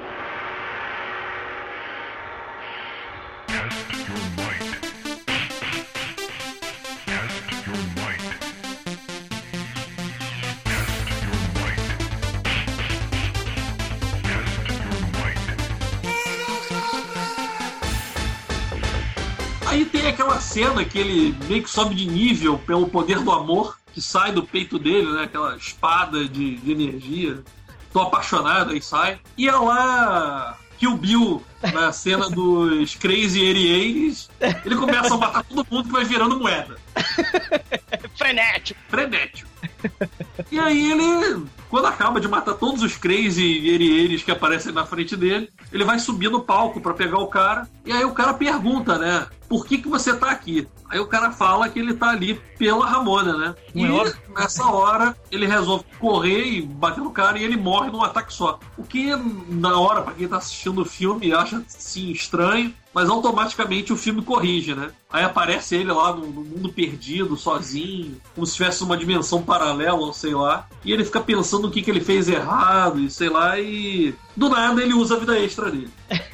Aí tem aquela cena que ele meio que sobe de nível pelo poder do amor que sai do peito dele, né? Aquela espada de energia. Tô apaixonado, aí sai. E é lá Kill Bill, na cena dos Crazy 88, ele começa a matar todo mundo que vai virando moeda. Frenético. E aí ele, quando acaba de matar todos os Crazy 88 que aparecem na frente dele, ele vai subir no palco pra pegar o cara. E aí o cara pergunta, né? Por que você tá aqui? Aí o cara fala que ele tá ali pela Ramona, né? E nessa hora ele resolve correr e bater no cara e ele morre num ataque só. O que na hora, pra quem tá assistindo o filme, acha sim estranho, mas automaticamente o filme corrige, né? Aí aparece ele lá no mundo perdido, sozinho, como se tivesse uma dimensão paralela, ou sei lá. E ele fica pensando o que ele fez errado, e sei lá, e do nada ele usa a vida extra dele.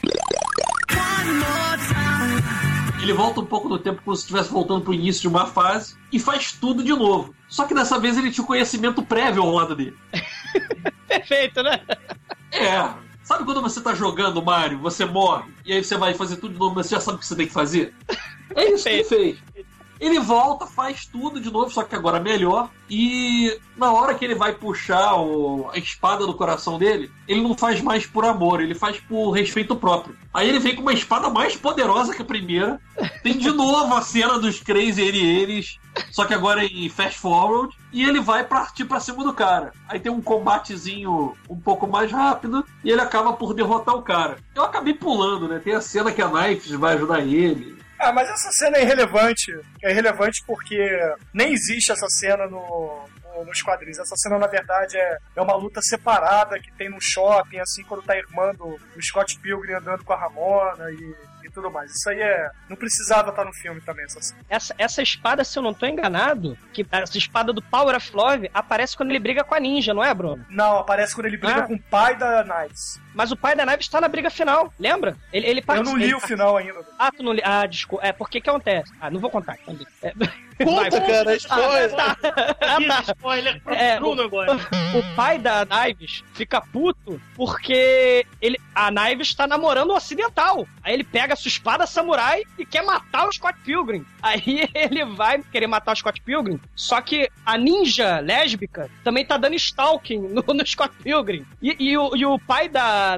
Ele volta um pouco no tempo como se estivesse voltando pro início de uma fase e faz tudo de novo. Só que dessa vez ele tinha conhecimento prévio ao lado dele. Perfeito, né? Sabe quando você tá jogando Mario, você morre, e aí você vai fazer tudo de novo, mas você já sabe o que você tem que fazer? É isso que ele fez. Ele volta, faz tudo de novo, só que agora melhor. E na hora que ele vai puxar a espada do coração dele, ele não faz mais por amor, ele faz por respeito próprio. Aí ele vem com uma espada mais poderosa que a primeira. Tem de novo a cena dos Crazy eles, só que agora em fast forward. E ele vai partir pra cima do cara. Aí tem um combatezinho um pouco mais rápido e ele acaba por derrotar o cara. Eu acabei pulando, né? Tem a cena que a Knives vai ajudar ele. Mas essa cena é irrelevante. É irrelevante porque nem existe essa cena nos quadrinhos. Essa cena, na verdade, é uma luta separada que tem no shopping, assim, quando tá a irmã do Scott Pilgrim andando com a Ramona e tudo mais. Isso aí não precisava estar no filme também, essa cena. Essa espada, se eu não tô enganado, que essa espada do Power of Love aparece quando ele briga com a ninja, não é, Bruno? Não, aparece quando ele briga com o pai da Knives. Mas o pai da Knives tá na briga final, lembra? Ele eu não li o final ainda. Tu não li? Desculpa. Porque que acontece? Não vou contar. Conta, cara, spoiler. Spoiler pro Bruno agora. O pai da Knives fica puto porque a Knives tá namorando o ocidental. Aí ele pega a sua espada samurai e quer matar o Scott Pilgrim. Aí ele vai querer matar o Scott Pilgrim, só que a ninja lésbica também tá dando stalking no Scott Pilgrim. E o pai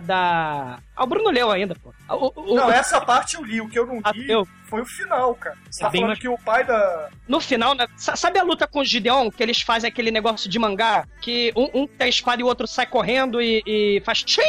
o Bruno leu ainda, pô. Não, essa parte eu li. O que eu não li foi o final, cara. Você tá falando que o pai da... No final, né? Sabe a luta com o Gideon? Que eles fazem aquele negócio de mangá? Que um tem a espada e o outro sai correndo e faz tchim!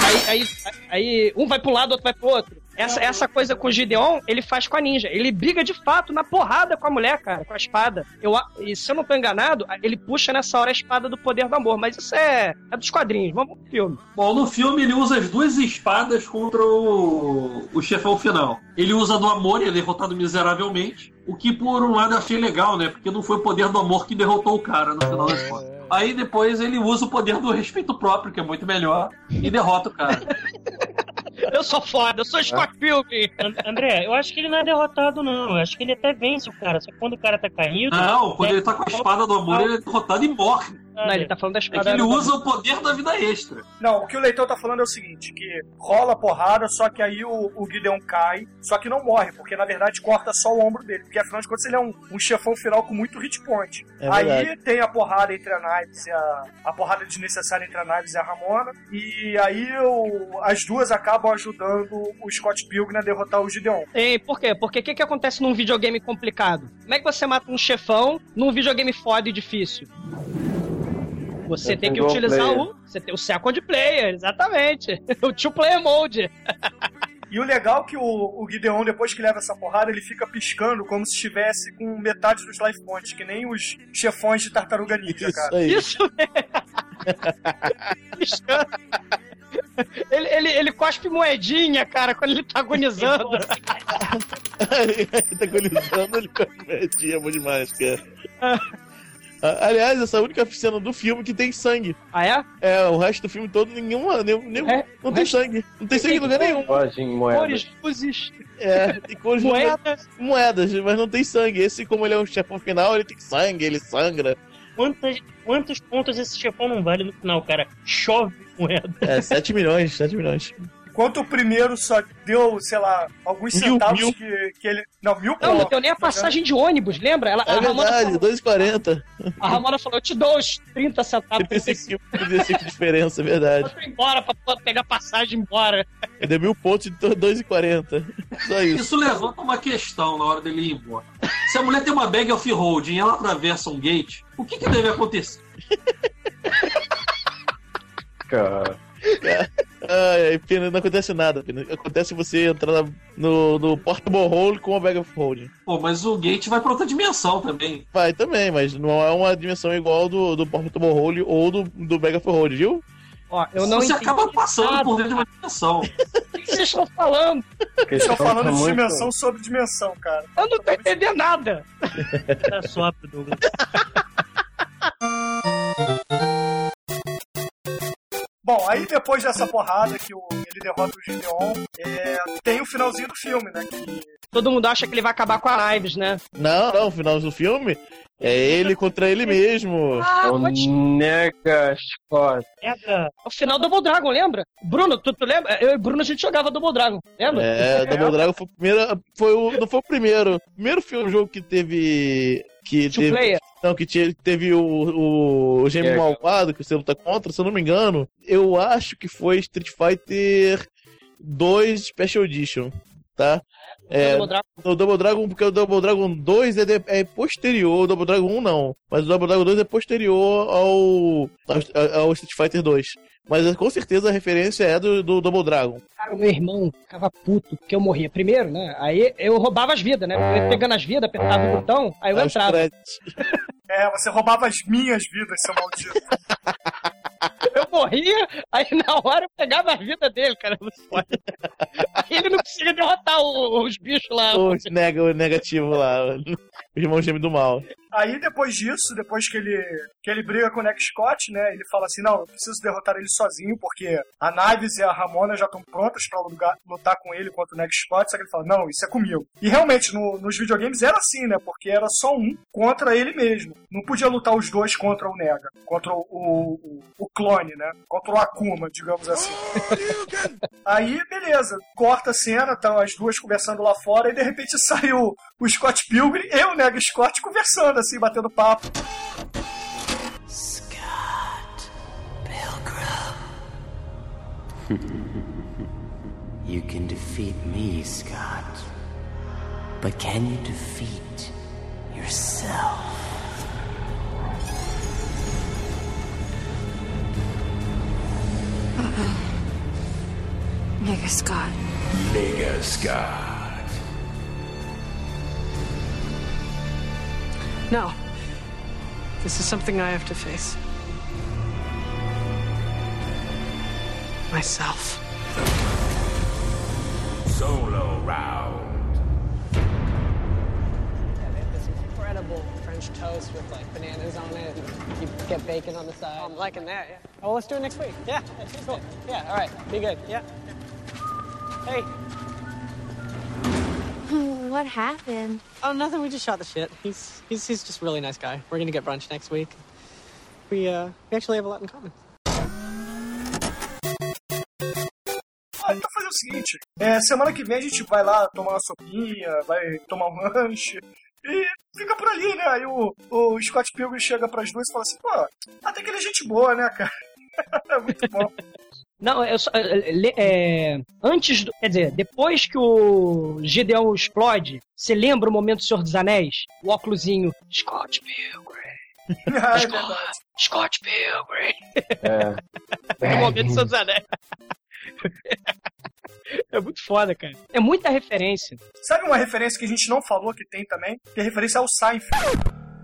Aí um vai pra um lado, outro vai pro outro. Essa coisa com o Gideon, ele faz com a ninja. Ele briga de fato na porrada com a mulher, cara, com a espada. E se eu não tô enganado, ele puxa nessa hora a espada do poder do amor. Mas isso é dos quadrinhos. Vamos pro filme. Bom, no filme ele usa as duas espadas contra o chefão final. Ele usa do amor e é derrotado miseravelmente. O que, por um lado, eu achei legal, né? Porque não foi o poder do amor que derrotou o cara no final das contas. Aí depois ele usa o poder do respeito próprio, que é muito melhor, e derrota o cara. Eu sou foda, eu sou Scott Pilgrim. André, eu acho que ele não é derrotado, não. Eu acho que ele até vence o cara. Só que quando o cara tá caindo... Não, quando ele tá com a espada do amor, ele é derrotado e morre. Não, ele tá falando da É espada. que ele usa o poder da vida extra. Não, o que o Leitão tá falando é o seguinte, que rola porrada, só que aí o Gideon cai, só que não morre, porque na verdade corta só o ombro dele, porque afinal de contas ele é um chefão final com muito hit point. Aí tem a porrada entre a Knives e a porrada desnecessária entre a Knives e a Ramona, e aí as duas acabam ajudando o Scott Pilgrim a derrotar o Gideon. E por quê? Porque o que acontece num videogame complicado? Como é que você mata um chefão num videogame foda e difícil? Você tem que utilizar você tem o second player, exatamente. O two player mode. E o legal é que o Gideon, depois que leva essa porrada, ele fica piscando como se estivesse com metade dos life points, que nem os chefões de Tartaruga Ninja, cara. Isso mesmo. Piscando. Ele cospe moedinha, cara, quando ele tá agonizando. Ele tá agonizando, ele cospe moedinha, é bom demais, cara. Aliás, essa é a única cena do filme que tem sangue. Ah, é? É, o resto do filme todo, não tem sangue. Não tem sangue em lugar nenhum. Cores, luzes. E cores, moedas, mas não tem sangue. Esse, como ele é um chefão final, ele tem sangue, ele sangra. Quantos pontos esse chefão não vale no final, cara? Chove moeda. 7 milhões. Enquanto o primeiro só deu, sei lá, alguns centavos que ele... Não, 1000 Não, não deu nem a passagem de ônibus, lembra? É verdade, 2,40. A Ramona falou, eu te dou os 30 centavos. 35 de diferença, é verdade. Eu embora pra pegar passagem embora. Ele deu 1000 pontos e 2,40. Só isso. Isso levanta uma questão na hora dele ir embora. Se a mulher tem uma bag of holding e ela atravessa um gate, o que deve acontecer? Cara... Pena, não acontece nada. Pena. Acontece você entrar no Portable Hole com a Bag of Holding. Pô, mas o Gate vai pra outra dimensão também. Vai também, mas não é uma dimensão igual do Portable Hole ou do Bag of Holding, viu? Ó, eu não você acaba passando por dentro de uma dimensão. O que vocês estão falando? Vocês estão falando de dimensão sobre dimensão, cara. Eu não tô entendendo nada. Tá sopro, Douglas. Bom, aí depois dessa porrada que ele derrota o Gideon, tem o finalzinho do filme, né? Que... Todo mundo acha que ele vai acabar com a Knives, né? Não, o final do filme é ele contra ele mesmo. Nega Scott. O final do Double Dragon, lembra? Bruno, tu lembra? Eu e Bruno a gente jogava Double Dragon, lembra? Double Dragon foi o primeiro. Não foi o primeiro. O primeiro jogo que teve. Não, que teve o Gêmeo Malvado, que você luta contra, se eu não me engano. Eu acho que foi Street Fighter 2 Special Edition, tá? O Double Dragon, porque o Double Dragon 2 é posterior, o Double Dragon 1 não. Mas o Double Dragon 2 é posterior ao Street Fighter 2. Mas com certeza a referência é do Double Dragon. Cara, o meu irmão ficava puto porque eu morria primeiro, né? Aí eu roubava as vidas, né? Eu ia pegando as vidas, apertava o botão, aí eu entrava. Você roubava as minhas vidas, seu maldito. Eu morria, aí na hora eu pegava a vida dele, cara. Aí ele não conseguia derrotar os bichos lá. O negativo lá. O irmão gêmeo do mal. Aí depois disso, depois que ele briga com o Nick Scott, né? Ele fala assim, não, eu preciso derrotar ele sozinho, porque a Knives e a Ramona já estão prontas pra lutar com ele contra o Nick Scott, só que ele fala, não, isso é comigo. E realmente, nos videogames era assim, né? Porque era só um contra ele mesmo. Não podia lutar os dois contra o Nega, contra o clone, né? Contra o Akuma, digamos assim. Aí, beleza, corta a cena, estão as duas conversando lá fora, e de repente sai o Scott Pilgrim e o Nega Scott conversando, assim, batendo papo. Scott Pilgrim. You can defeat me, Scott. But can you defeat yourself? Nega Scott. Nega Scott. No. This is something I have to face. Myself. Solo round. Yeah, they have this incredible French toast with like bananas on it, and you get bacon on the side. I'm liking that, yeah. Oh, let's do it next week. Yeah, cool. Yeah, all right, be good. Yeah. Hey. What happened? Oh, nothing. We just shot the shit. He's just a really nice guy. We're gonna get brunch next week. We actually have a lot in common. Então fazer o seguinte, semana que vem a gente vai lá tomar uma sopinha, vai tomar um lanche e fica por ali, né? Aí o Scott Pilgrim chega pras duas e fala assim, pô, até que ele é gente boa, né, cara? É muito bom. Não, antes, quer dizer, depois que o Gideon explode, você lembra o momento do Senhor dos Anéis? O óculosinho, Scott Pilgrim. Scott Pilgrim. É o momento do Senhor dos Anéis. É muito foda, cara. É muita referência. Sabe uma referência que a gente não falou que tem também? Que é referência ao Seinfeld.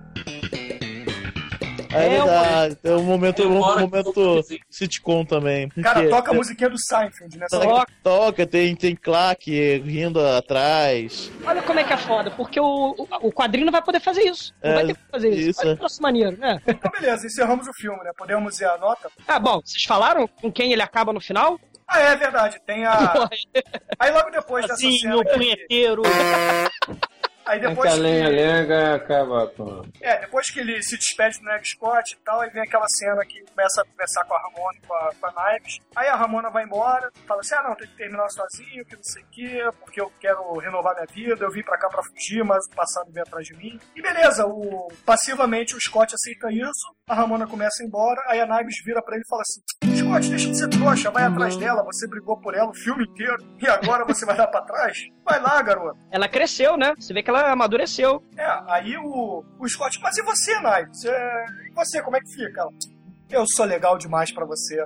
É verdade. É um momento sitcom também. Cara, toca a musiquinha do Seinfeld, né? Toca, tem Clark rindo atrás. Olha como é que é foda, porque o quadrinho não vai poder fazer isso. Não vai ter que fazer isso. Olha que troço maneiro, né? Então, beleza, encerramos o filme, né? Podemos ir à nota? Ah, bom, vocês falaram com quem ele acaba no final? Ah, é verdade, tem a... Aí logo depois dessa assim, cena... meu punheteiro... Aí depois que... lenga acaba com... depois que ele se despede do Ned Scott e tal, aí vem aquela cena que começa a conversar com a Ramona e com a Knives. Aí a Ramona vai embora, fala assim, não, tem que terminar sozinho, que não sei o quê, porque eu quero renovar minha vida, eu vim pra cá pra fugir, mas o passado vem atrás de mim. E beleza, passivamente o Scott aceita isso, a Ramona começa a ir embora, aí a Knives vira pra ele e fala assim, Scott, deixa de ser trouxa, vai atrás dela, você brigou por ela o filme inteiro, e agora você vai dar pra trás? Vai lá, garota. Ela cresceu, né? Você vê que ela amadureceu. Aí o Scott, mas e você, Knives? E você, como é que fica? Eu sou legal demais pra você.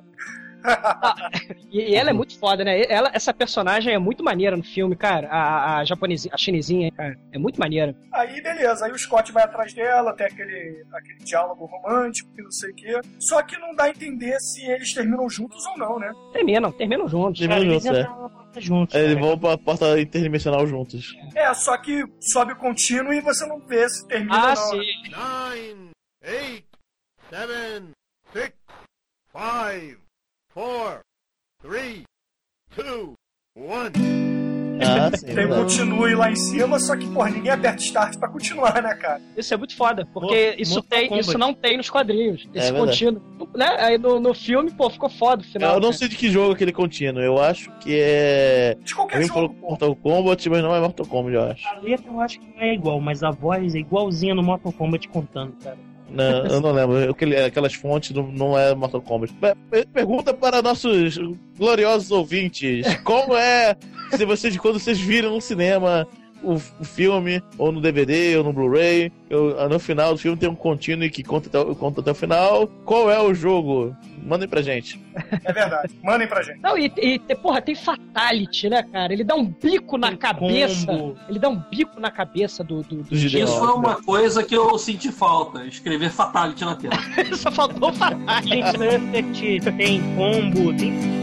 E ela é muito foda, né? Essa personagem é muito maneira no filme, cara. A chinesinha, cara. É muito maneira. Aí, beleza. Aí o Scott vai atrás dela, tem aquele diálogo romântico, que não sei o quê. Só que não dá a entender se eles terminam juntos ou não, né? Terminam juntos. Juntos. Eles vão pra porta interdimensional juntos. Só que sobe contínuo e você não vê se termina ou não. Sim. Né? 9, 8, 7, 6, 5, 4, 3, 2, 1. Tem continue lá em cima, só que, porra, ninguém aperta start pra continuar, né, cara? Isso é muito foda, porque isso não tem nos quadrinhos. Esse contínuo. Né? Aí no filme, pô, ficou foda o final. Eu não sei de que jogo aquele contínuo. Eu acho que é... De qualquer jogo, Mortal Kombat, mas não é Mortal Kombat, eu acho. A letra eu acho que não é igual, mas a voz é igualzinha no Mortal Kombat contando, cara. Não, eu não lembro. Aquelas fontes não é Mortal Kombat. Pergunta para nossos gloriosos ouvintes. Como é quando vocês viram no cinema o filme, ou no DVD, ou no Blu-ray, no final do filme tem um contínuo que conta até o final. Qual é o jogo? Mandem pra gente. É verdade, mandem pra gente. Não, porra, tem Fatality, né, cara? Ele dá um bico na cabeça. Combo. Ele dá um bico na cabeça do Gideon. Isso é uma coisa que eu senti falta, escrever Fatality na tela. Só faltou Fatality. Tem combo, tem...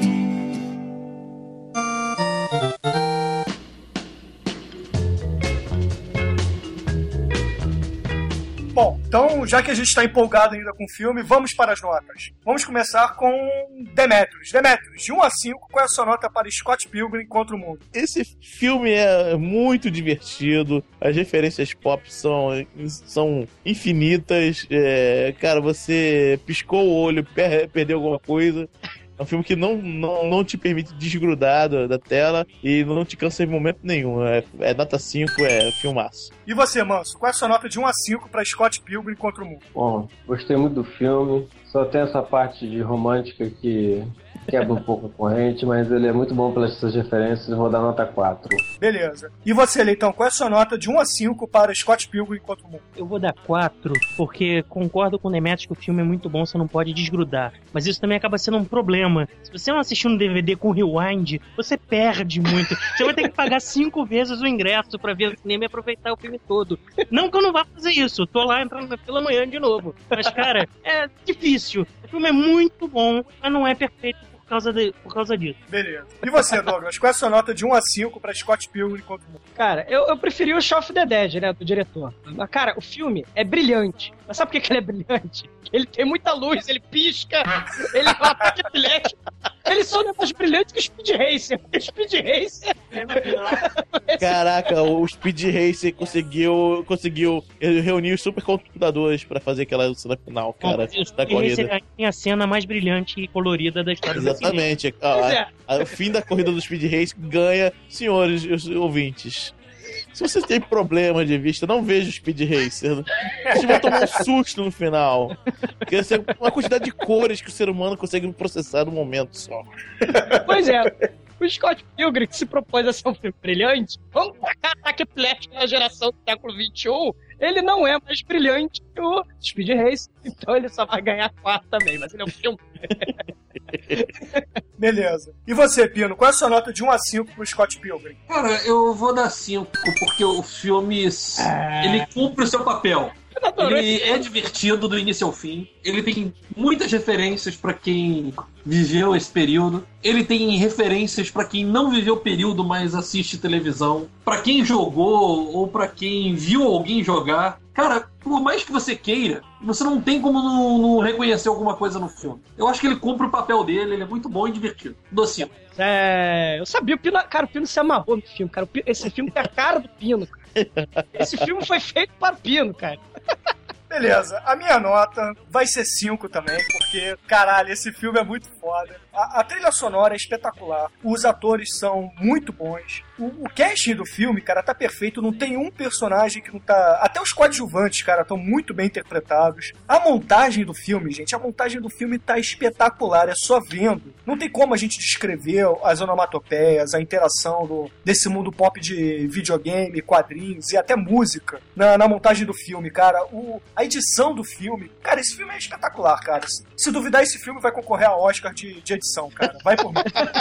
Bom, então, já que a gente está empolgado ainda com o filme, vamos para as notas. Vamos começar com Demetrius. Demetrius, de 1 a 5, qual é a sua nota para Scott Pilgrim contra o Mundo? Esse filme é muito divertido, as referências pop são infinitas. Cara, você piscou o olho, perdeu alguma coisa. É um filme que não te permite desgrudar da tela e não te cansa em momento nenhum. É nota 5, é filmaço. E você, Manso? Qual é a sua nota de 1 a 5 para Scott Pilgrim contra o Mundo? Bom, gostei muito do filme. Só tem essa parte de romântica que quebra um pouco a corrente, mas ele é muito bom pelas suas referências. Eu vou dar nota 4. Beleza. E você, Leitão, qual é a sua nota de 1 a 5 para Scott Pilgrim contra o Mundo? Eu vou dar 4, porque concordo com o Demetrius que o filme é muito bom, você não pode desgrudar. Mas isso também acaba sendo um problema. Se você não assistir um DVD com rewind, você perde muito. Você vai ter que pagar 5 vezes o ingresso pra ver o cinema e aproveitar o filme todo. Não que eu não vá fazer isso, eu tô lá entrando pela manhã de novo. Mas, cara, é difícil. O filme é muito bom, mas não é perfeito por causa disso. Beleza. E você, Douglas? Qual é a sua nota de 1 a 5 pra Scott Pilgrim contra o Mundo? Cara, eu preferi o Shaun of the Dead, né, do diretor. Mas, cara, o filme é brilhante. Mas sabe por que ele é brilhante? Ele tem muita luz, ele pisca, ele é um ataque epilético. Eles são mais brilhantes que o Speed Racer. O Speed Racer... Caraca, o Speed Racer conseguiu reunir os supercomputadores pra fazer aquela cena final, cara, da corrida. Tem a cena mais brilhante e colorida da história. Exatamente. O fim da corrida do Speed Racer ganha, senhores os ouvintes. Se você tem problema de vista, não veja o Speed Racer. Você vai tomar um susto no final. Porque é uma quantidade de cores que o ser humano consegue processar num momento só. Pois é. O Scott Pilgrim, que se propôs a ser um filme brilhante, vamos tacar ataque epilético na geração do século XXI, ele não é mais brilhante que o Speed Racer, então ele só vai ganhar 4 também, mas ele é um filme. Beleza. E você, Pino, qual é a sua nota de 1 a 5 pro Scott Pilgrim? Cara, eu vou dar 5, porque o filme, ele cumpre o seu papel. Ele é divertido do início ao fim. Ele tem muitas referências pra quem viveu esse período. Ele tem referências pra quem não viveu o período, mas assiste televisão. Pra quem jogou ou pra quem viu alguém jogar. Cara, por mais que você queira, você não tem como não reconhecer alguma coisa no filme. Eu acho que ele cumpre o papel dele, ele é muito bom e divertido. Docinho. Eu sabia, o Pino se amarrou no filme, cara. Esse filme tem a cara do Pino, cara. Esse filme foi feito para o Pino, cara. Beleza, a minha nota vai ser 5 também, porque, caralho, esse filme é muito foda. A trilha sonora é espetacular, os atores são muito bons. O casting do filme, cara, tá perfeito, não tem um personagem que não tá... Até os coadjuvantes, cara, estão muito bem interpretados. A montagem do filme, gente, a montagem do filme tá espetacular, é só vendo. Não tem como a gente descrever as onomatopeias, a interação desse mundo pop de videogame, quadrinhos e até música na montagem do filme, cara. A edição do filme, cara, esse filme é espetacular, cara. Se duvidar, esse filme vai concorrer a Oscar de edição, cara. Vai por mim.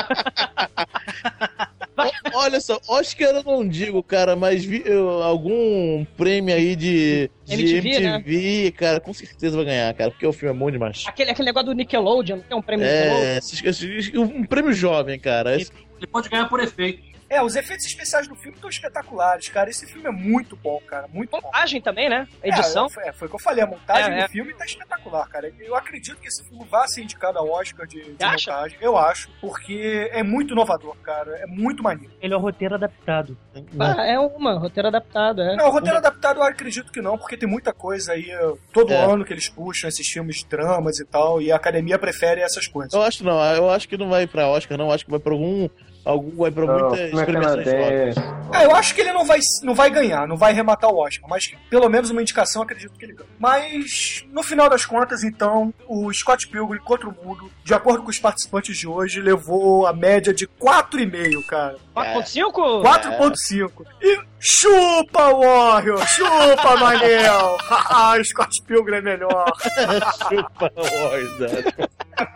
Olha só, Oscar eu não digo, cara, mas algum prêmio aí de MTV, né? Cara, com certeza vai ganhar, cara, porque o filme é bom demais. Aquele negócio do Nickelodeon, não tem um prêmio Nickelodeon? Um prêmio jovem, cara. Ele pode ganhar por efeito. Os efeitos especiais do filme estão espetaculares, cara. Esse filme é muito bom, cara. Muito bom. Montagem também, né? A edição. Foi o que eu falei. A montagem do filme tá espetacular, cara. Eu acredito que esse filme vai ser indicado ao Oscar de montagem. Eu acho. Porque é muito inovador, cara. É muito maneiro. Ele é um roteiro adaptado. Roteiro adaptado, Não, roteiro adaptado eu acredito que não, porque tem muita coisa aí. Todo ano que eles puxam esses filmes de dramas e tal. E a academia prefere essas coisas. Eu acho que não vai pra Oscar, não. Eu acho que vai pra vai pra muitas premiações jovens. Eu acho que ele não vai ganhar, não vai rematar o Oscar, mas pelo menos uma indicação eu acredito que ele ganha. Mas, no final das contas, então, o Scott Pilgrim contra o Mundo, de acordo com os participantes de hoje, levou a média de 4,5, cara. 4,5? 4,5. E chupa, Warrior! Chupa, Manel! Scott Pilgrim é melhor. Chupa, Warrior.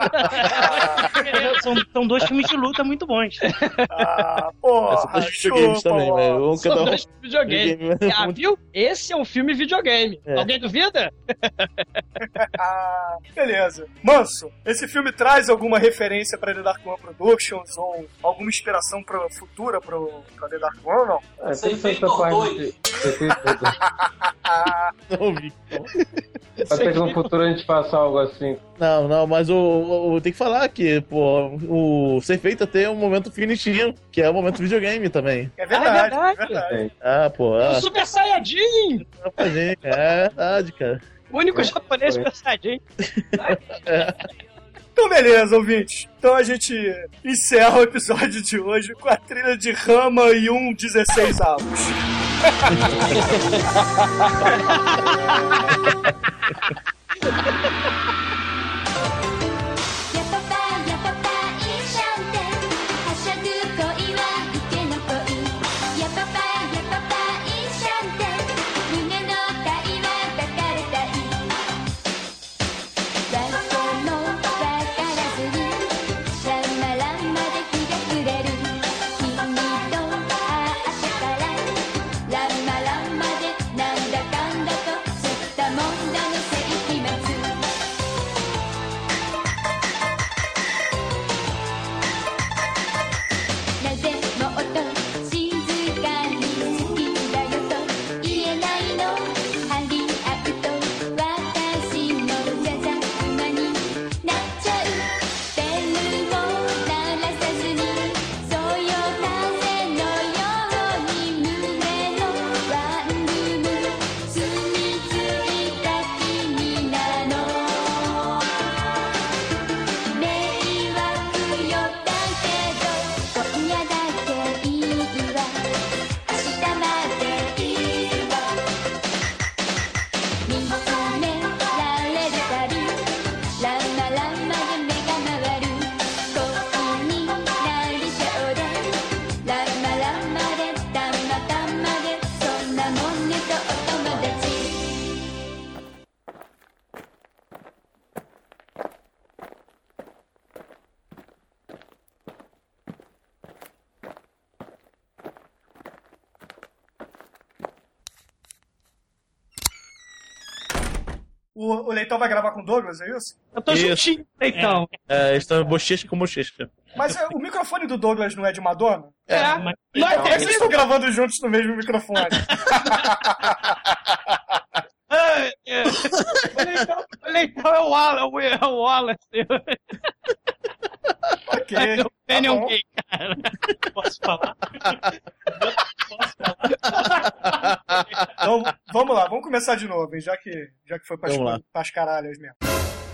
São 2 filmes de luta muito bons. Porra, videogames também, velho. São 2 videogames. Viu? Esse é um filme videogame. Alguém duvida? Beleza. Manso, esse filme traz alguma referência pra The Dark One Productions ou alguma inspiração futura pra The Dark One ou não? Tem essa parte Não vi. Pode ser que no futuro a gente faça algo assim. Não, mas tem que falar que, pô, o Ser Feito até um momento finishinho, que é o momento videogame também. É verdade. Pô. O Super Saiyajin! É verdade, cara. O único japonês Super Saiyajin. Então, beleza, ouvintes. Então a gente encerra o episódio de hoje com a trilha de Rama e 16 avos. O Leitão vai gravar com o Douglas, é isso? Eu tô juntinho, Leitão. Estão bochecha com bochecha. Mas o microfone do Douglas não é de Madonna? Mas... Por que vocês estão gravando juntos no mesmo microfone? O Leitão é o Wallace. Ok. É o Canyon Gay, cara. Posso falar? Então, vamos lá, vamos começar de novo, hein, já que foi pras caralhas mesmo.